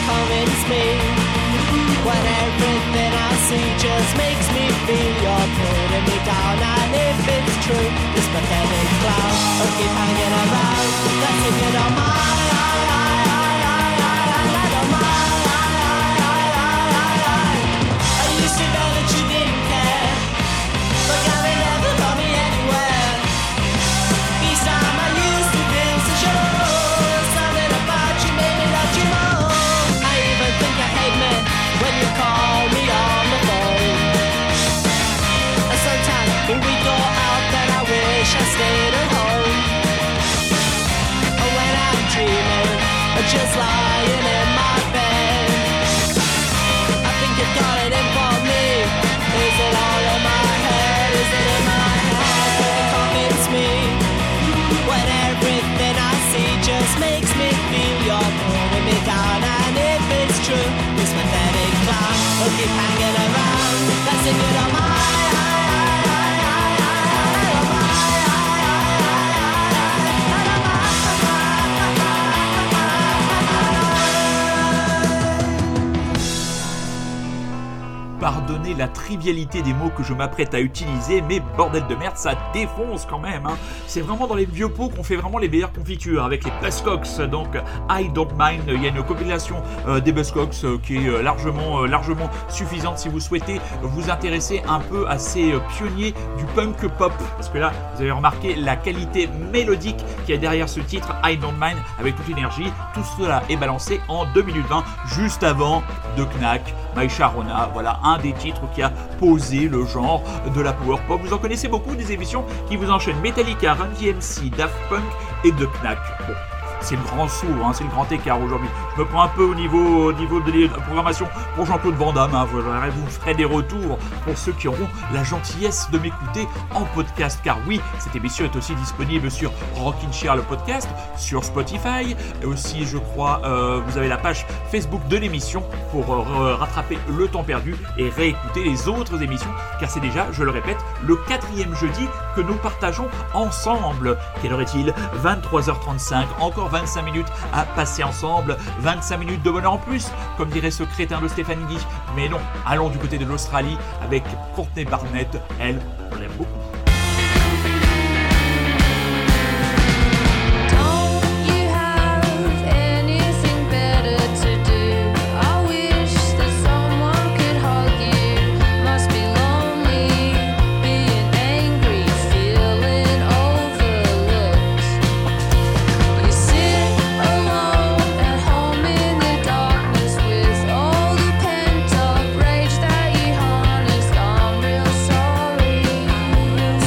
Speaker 8: convince me when everything I see just makes me feel you're putting me down. And if it's true, this pathetic clown will keep hanging around. That's if you don't mind. I used to know that you didn't care, but now it never got me anywhere. Each time I used to feel so sure, something about you made me love you more. I even think you hate me when you call me on the phone. And sometimes when we go out, then I wish I stayed at home. And when I'm dreaming, just lying in my bed, I think you got it in for me. Is it all in my head? Is it in my head? Convince me when everything I see just makes me feel you're pulling me down. And if it's true, this pathetic clown will keep hanging around. That's if you don't mind.
Speaker 1: Pardonnez la trivialité des mots que je m'apprête à utiliser, mais bordel de merde, ça défonce quand même, hein. C'est vraiment dans les vieux pots qu'on fait vraiment les meilleures confitures, avec les Buzzcocks. Donc I Don't Mind, il y a une compilation des Buzzcocks qui est largement suffisante si vous souhaitez vous intéresser un peu à ces pionniers du punk pop, parce que là vous avez remarqué la qualité mélodique qu'il y a derrière ce titre I Don't Mind, avec toute l'énergie. Tout cela est balancé en 2 minutes 20, juste avant de Knack, My Sharona. Voilà un des titres qui a posé le genre de la power pop. Vous en connaissez beaucoup des émissions qui vous enchaînent Metallica, Run DMC, Daft Punk et The Knack. Bon, c'est le grand saut, hein, c'est le grand écart aujourd'hui. Je me prends un peu au niveau de la programmation pour Jean-Claude Van Damme, hein. Vous ferez des retours pour ceux qui auront la gentillesse de m'écouter en podcast, car oui, cette émission est aussi disponible sur Rockin' Chair le podcast, sur Spotify, et aussi je crois vous avez la page Facebook de l'émission pour rattraper le temps perdu et réécouter les autres émissions, car c'est déjà, je le répète, le 4e jeudi que nous partageons ensemble. Quelle heure est-il ? 23h35, encore 25 minutes à passer ensemble, 25 minutes de bonheur en plus, comme dirait ce crétin de Stéphane Guy. Mais non, allons du côté de l'Australie avec Courtney Barnett, elle, on l'aime beaucoup.
Speaker 5: Rage that you harnessed, I'm real sorry.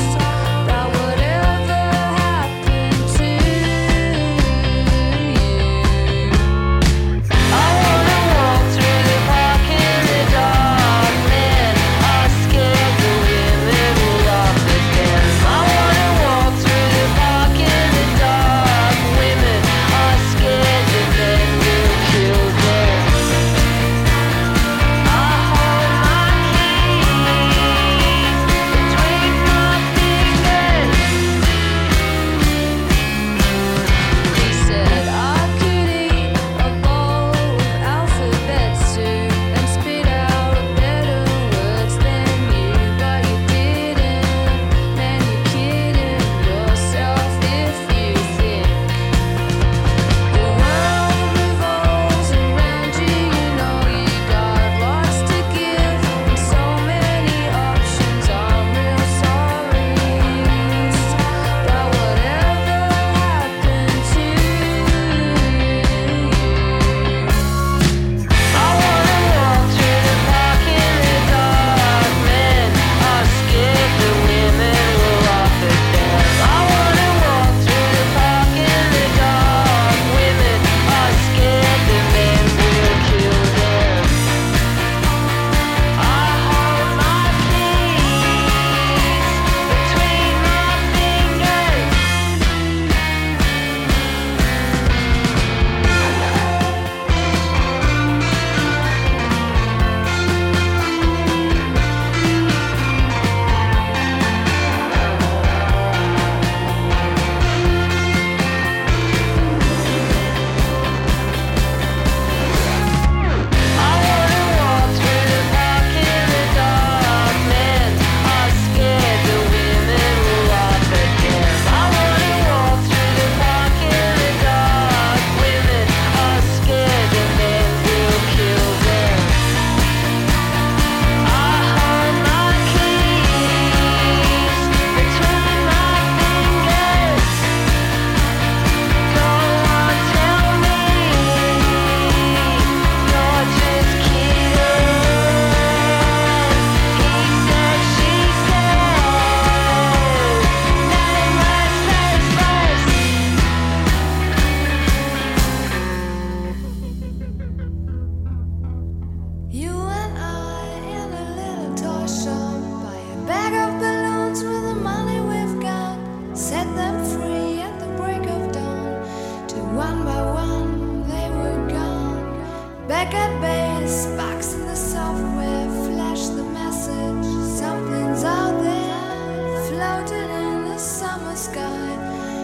Speaker 5: record bass, box in the software, flash the message. Something's out there, floating in the summer sky.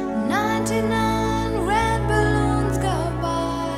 Speaker 5: 99 red balloons go by.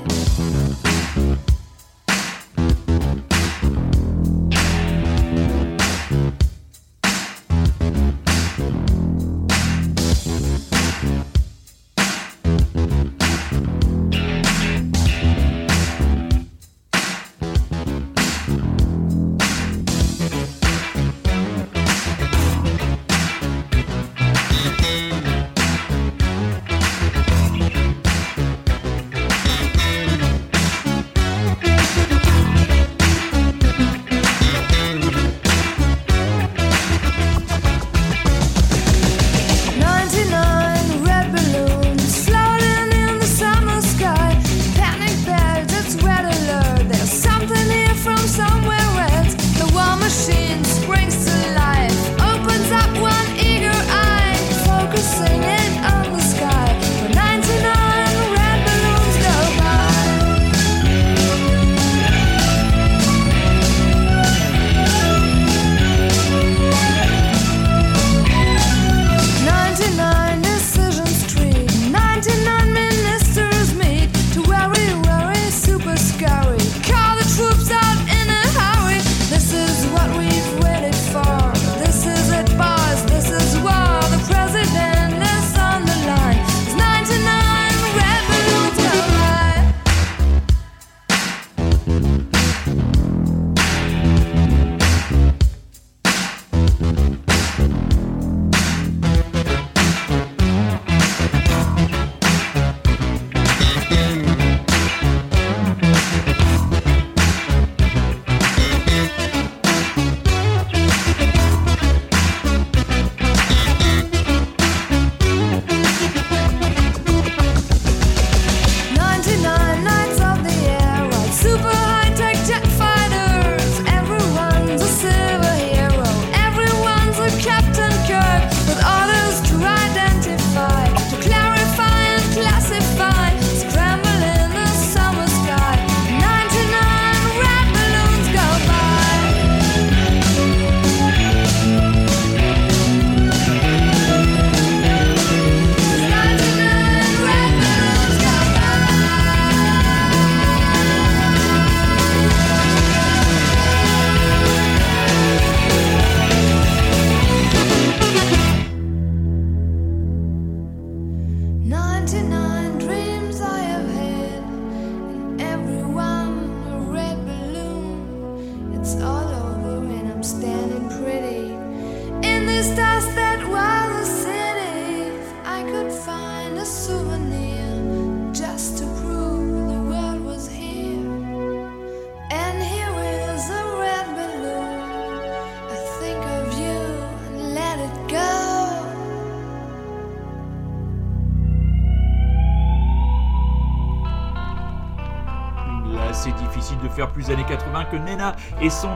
Speaker 1: C'est difficile de faire plus années 80 que Nena et son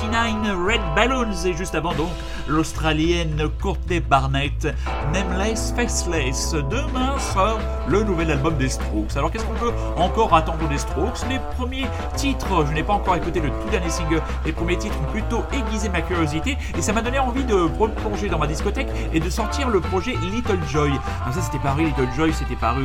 Speaker 1: 99 Red Balloons. Et juste avant donc, l'Australienne Courtney Barnett, Nameless Faceless. Demain sort le nouvel album des Strokes. Alors qu'est-ce qu'on peut encore attendre des Strokes? Les premiers titres, je n'ai pas encore écouté le tout dernier single, les premiers titres ont plutôt aiguisé ma curiosité et ça m'a donné envie de replonger dans ma discothèque et de sortir le projet Little Joy. Alors ça c'était paru, Little Joy c'était paru,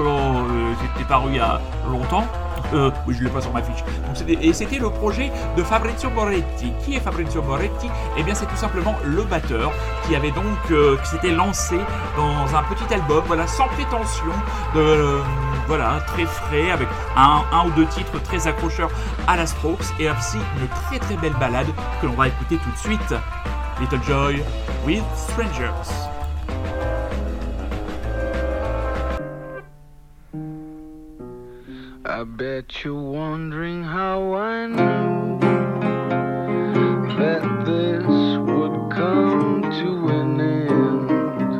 Speaker 1: c'était paru il y a longtemps. Oui, je l'ai pas sur ma fiche. Donc, c'était le projet de Fabrizio Moretti. Qui est Fabrizio Moretti? Eh bien, c'est tout simplement le batteur qui avait donc qui s'était lancé dans un petit album, voilà, sans prétention, voilà, très frais, avec un ou deux titres très accrocheurs à la Strokes, et aussi une très très belle balade que l'on va écouter tout de suite. Little Joy with Strangers.
Speaker 9: I bet you're wondering how I knew that this would come to an end.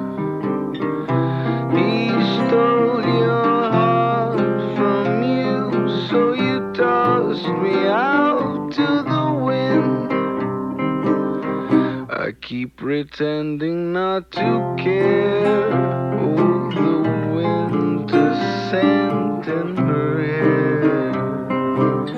Speaker 9: He stole your heart from you, so you tossed me out to the wind. I keep pretending not to care. Oh, the winter scent in her hair.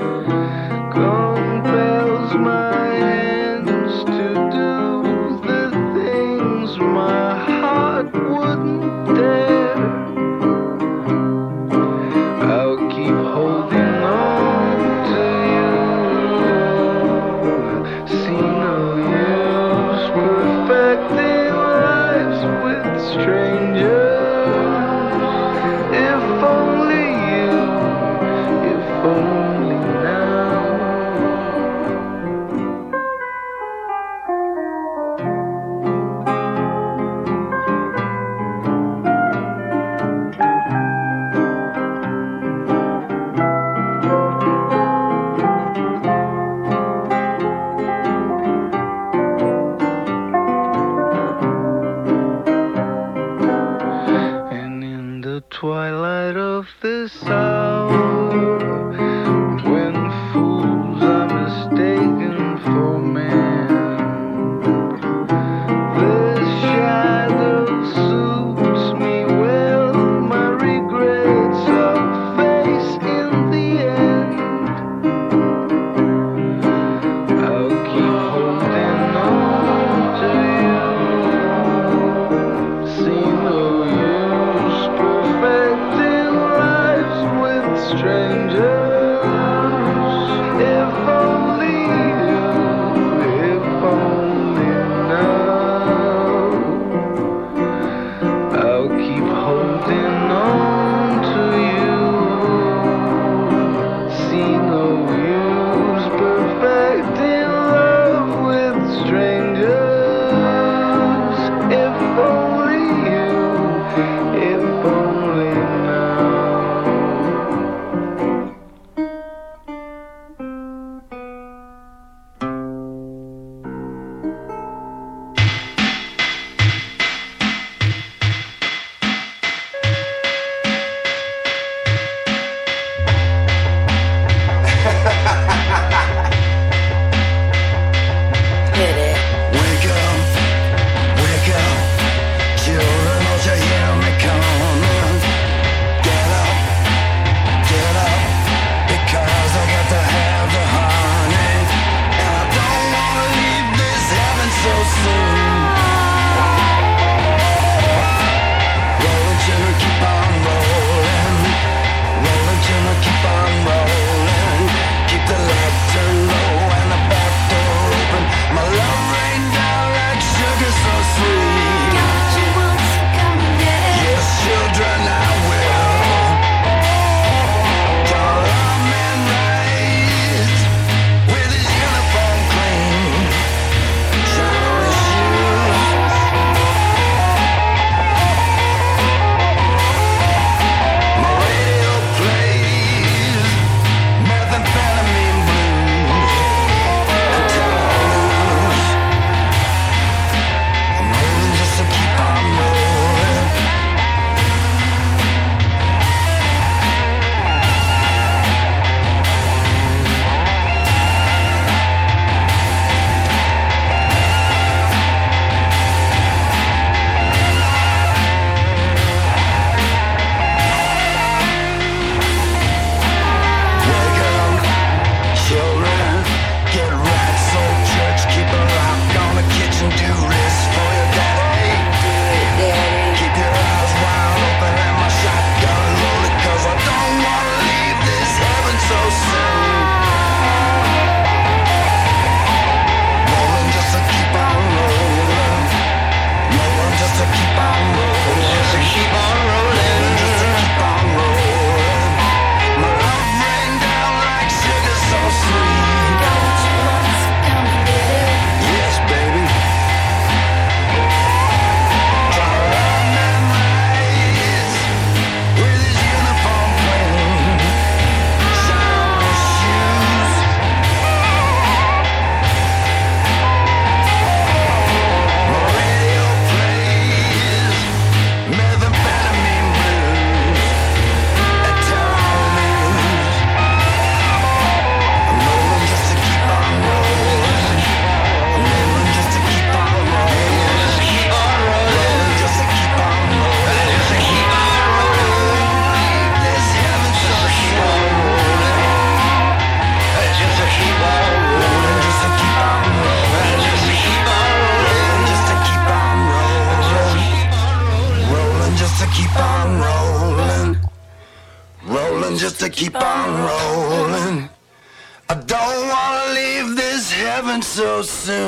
Speaker 2: to keep on rolling. I don't wanna leave this heaven so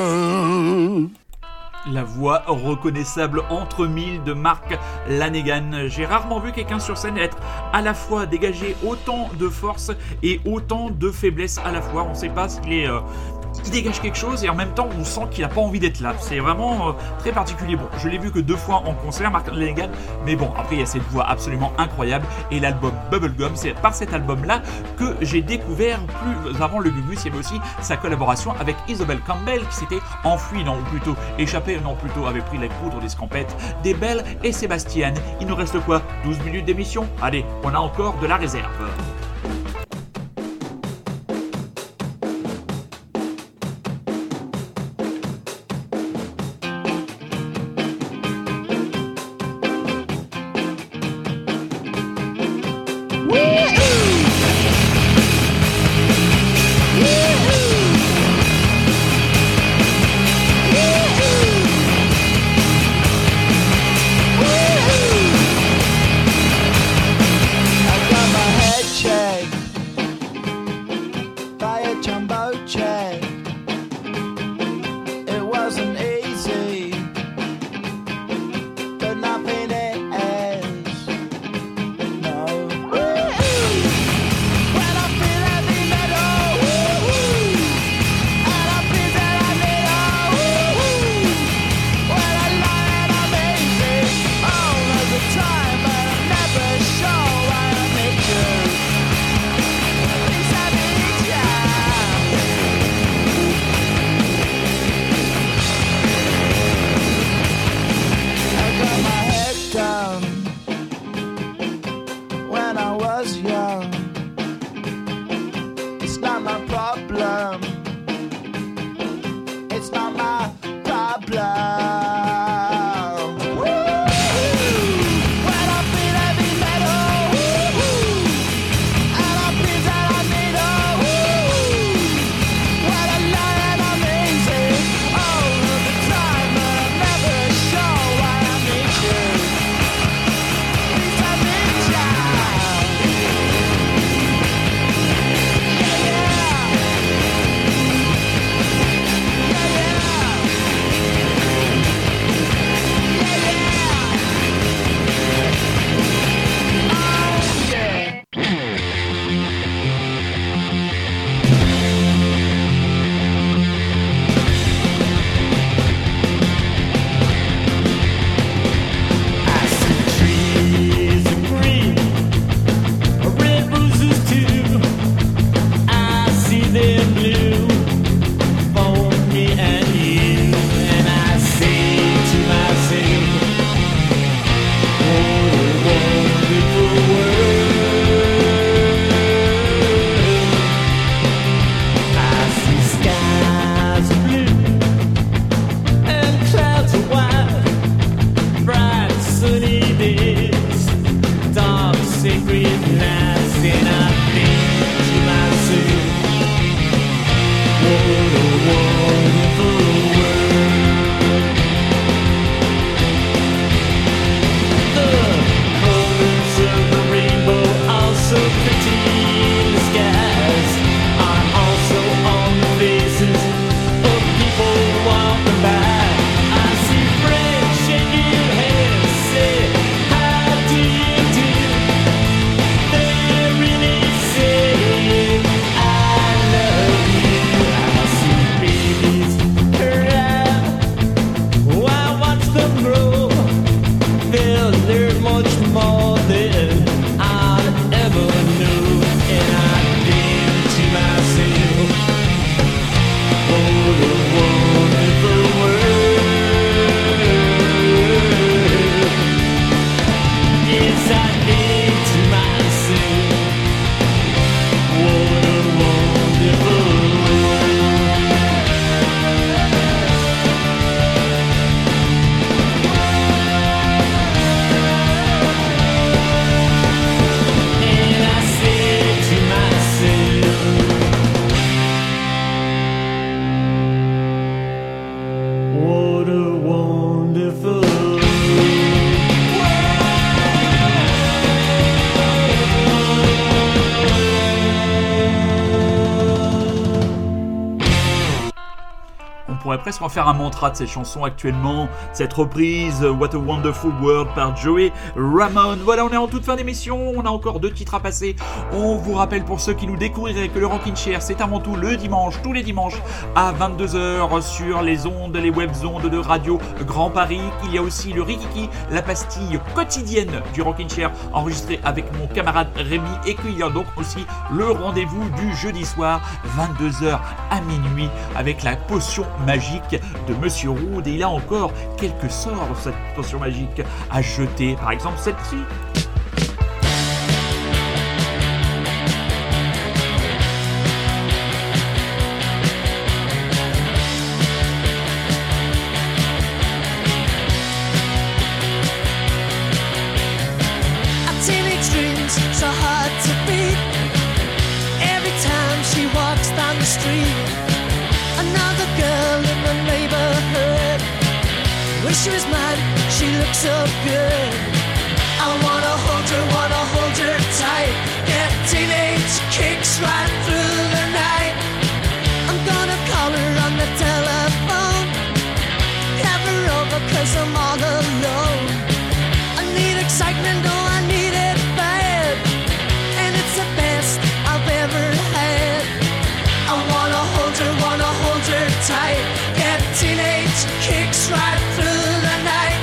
Speaker 2: soon.
Speaker 1: La voix reconnaissable entre mille de Mark Lanegan. J'ai rarement vu quelqu'un sur scène être à la fois dégager autant de force et autant de faiblesse à la fois. On ne sait pas s'il est... il dégage quelque chose et en même temps on sent qu'il n'a pas envie d'être là. C'est vraiment très particulier. Bon, je l'ai vu que 2 fois en concert, Mark Lanegan, mais bon, après il y a cette voix absolument incroyable et l'album Bubblegum, c'est par cet album-là que j'ai découvert plus avant le Gugus. Il y avait aussi sa collaboration avec Isobel Campbell qui s'était enfuie, non, ou plutôt échappée, non, plutôt avait pris la poudre des scampettes des Bell et Sébastien. Il nous reste quoi, 12 minutes d'émission? Allez, on a encore de la réserve.
Speaker 2: Yeah.
Speaker 1: pourrait presque en faire un mantra de cette chanson actuellement, cette reprise What a Wonderful World par Joey Ramone. Voilà, on est en toute fin d'émission, on a encore 2 titres à passer. On vous rappelle pour ceux qui nous découvriraient que le Rockin' Chair, c'est avant tout le dimanche, tous les dimanches à 22h sur les ondes, les web ondes de Radio Grand Paris. Il y a aussi le Rikiki, la pastille quotidienne du Rockin' Chair, enregistrée avec mon camarade Rémi, et qu'il y a donc aussi le rendez-vous du jeudi soir, 22h à minuit, avec la potion magique de Monsieur Roud. Et il a encore quelques sorts de cette potion magique à jeter, par exemple celle-ci.
Speaker 8: So hard to beat. Every time she walks down the street, another girl in the neighborhood. Wish she was mine, she looks so good. I wanna hold her tight. Get teenage kicks right through the night. I'm gonna call her on the telephone, have her over 'cause I'm all alone. I need excitement, oh I need it bad, and it's the best I've ever had. I wanna hold her tight. Get teenage kicks right through the night.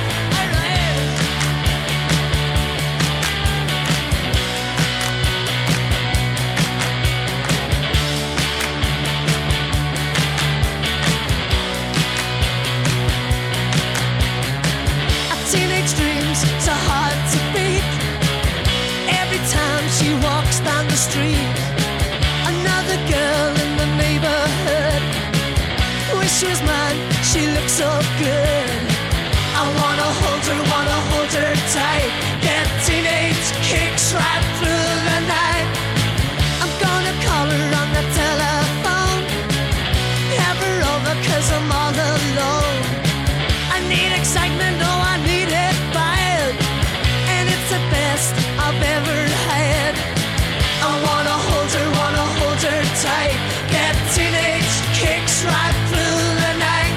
Speaker 8: Teenage dreams so hard to beat. Every time she walks down the street, another girl in the neighborhood. Wish she was mine, she looks so good. I wanna hold her tight. Get teenage kicks right through the night. I'm gonna call her on the telephone, have her over 'cause I'm all alone. I need excitement, oh I need it bad, and it's the best I've ever had. I wanna hold her tight. Get teenage kicks right through the night.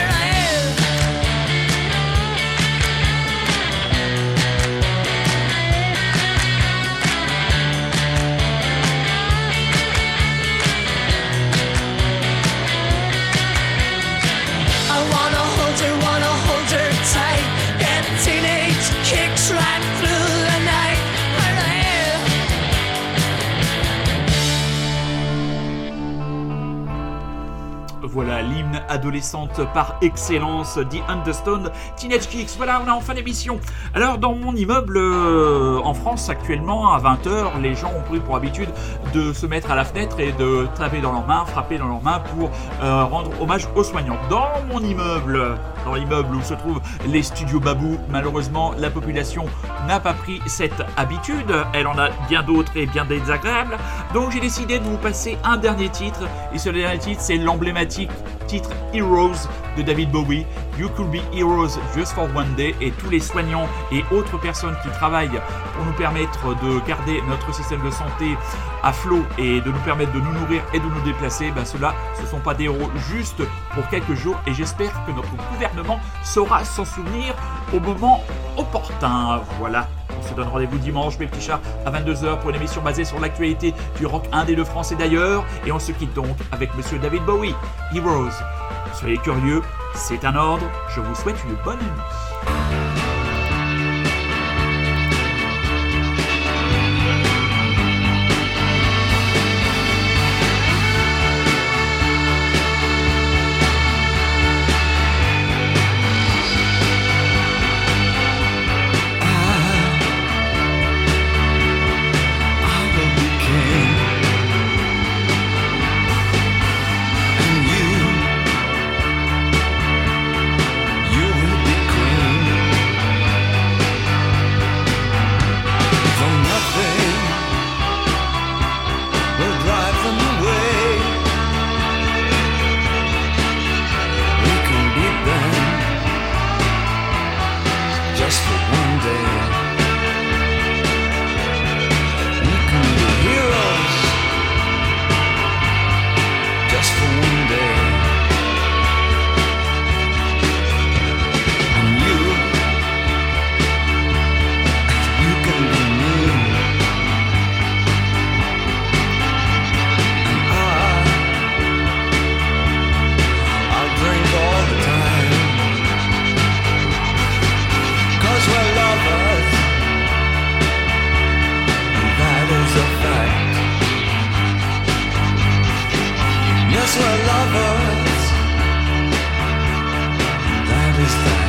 Speaker 8: I wanna hold her tight. Get teenage kicks right through the night.
Speaker 1: Voilà l'hymne adolescente par excellence, The Understoned Teenage Kicks. Voilà, on est en fin d'émission. Alors dans mon immeuble en France actuellement à 20h, les gens ont pris pour habitude de se mettre à la fenêtre et de taper dans leurs mains, frapper dans leurs mains pour rendre hommage aux soignants. Dans mon immeuble, dans l'immeuble où se trouvent les studios Babou, malheureusement la population n'a pas pris cette habitude. Elle en a bien d'autres et bien désagréables. Donc j'ai décidé de vous passer un dernier titre, et ce dernier titre c'est l'emblématique titre Heroes de David Bowie. You could be heroes just for one day. Et tous les soignants et autres personnes qui travaillent pour nous permettre de garder notre système de santé à flot et de nous permettre de nous nourrir et de nous déplacer, ben ceux-là, ce ne sont pas des héros juste pour quelques jours, et j'espère que notre gouvernement saura s'en souvenir au moment opportun. Voilà. On se donne rendez-vous dimanche, mes petits chats, à 22h pour une émission basée sur l'actualité du rock indé de France et d'ailleurs. Et on se quitte donc avec Monsieur David Bowie, Heroes. Soyez curieux, c'est un ordre. Je vous souhaite une bonne nuit.
Speaker 2: You will be queen. once were lovers. That is that.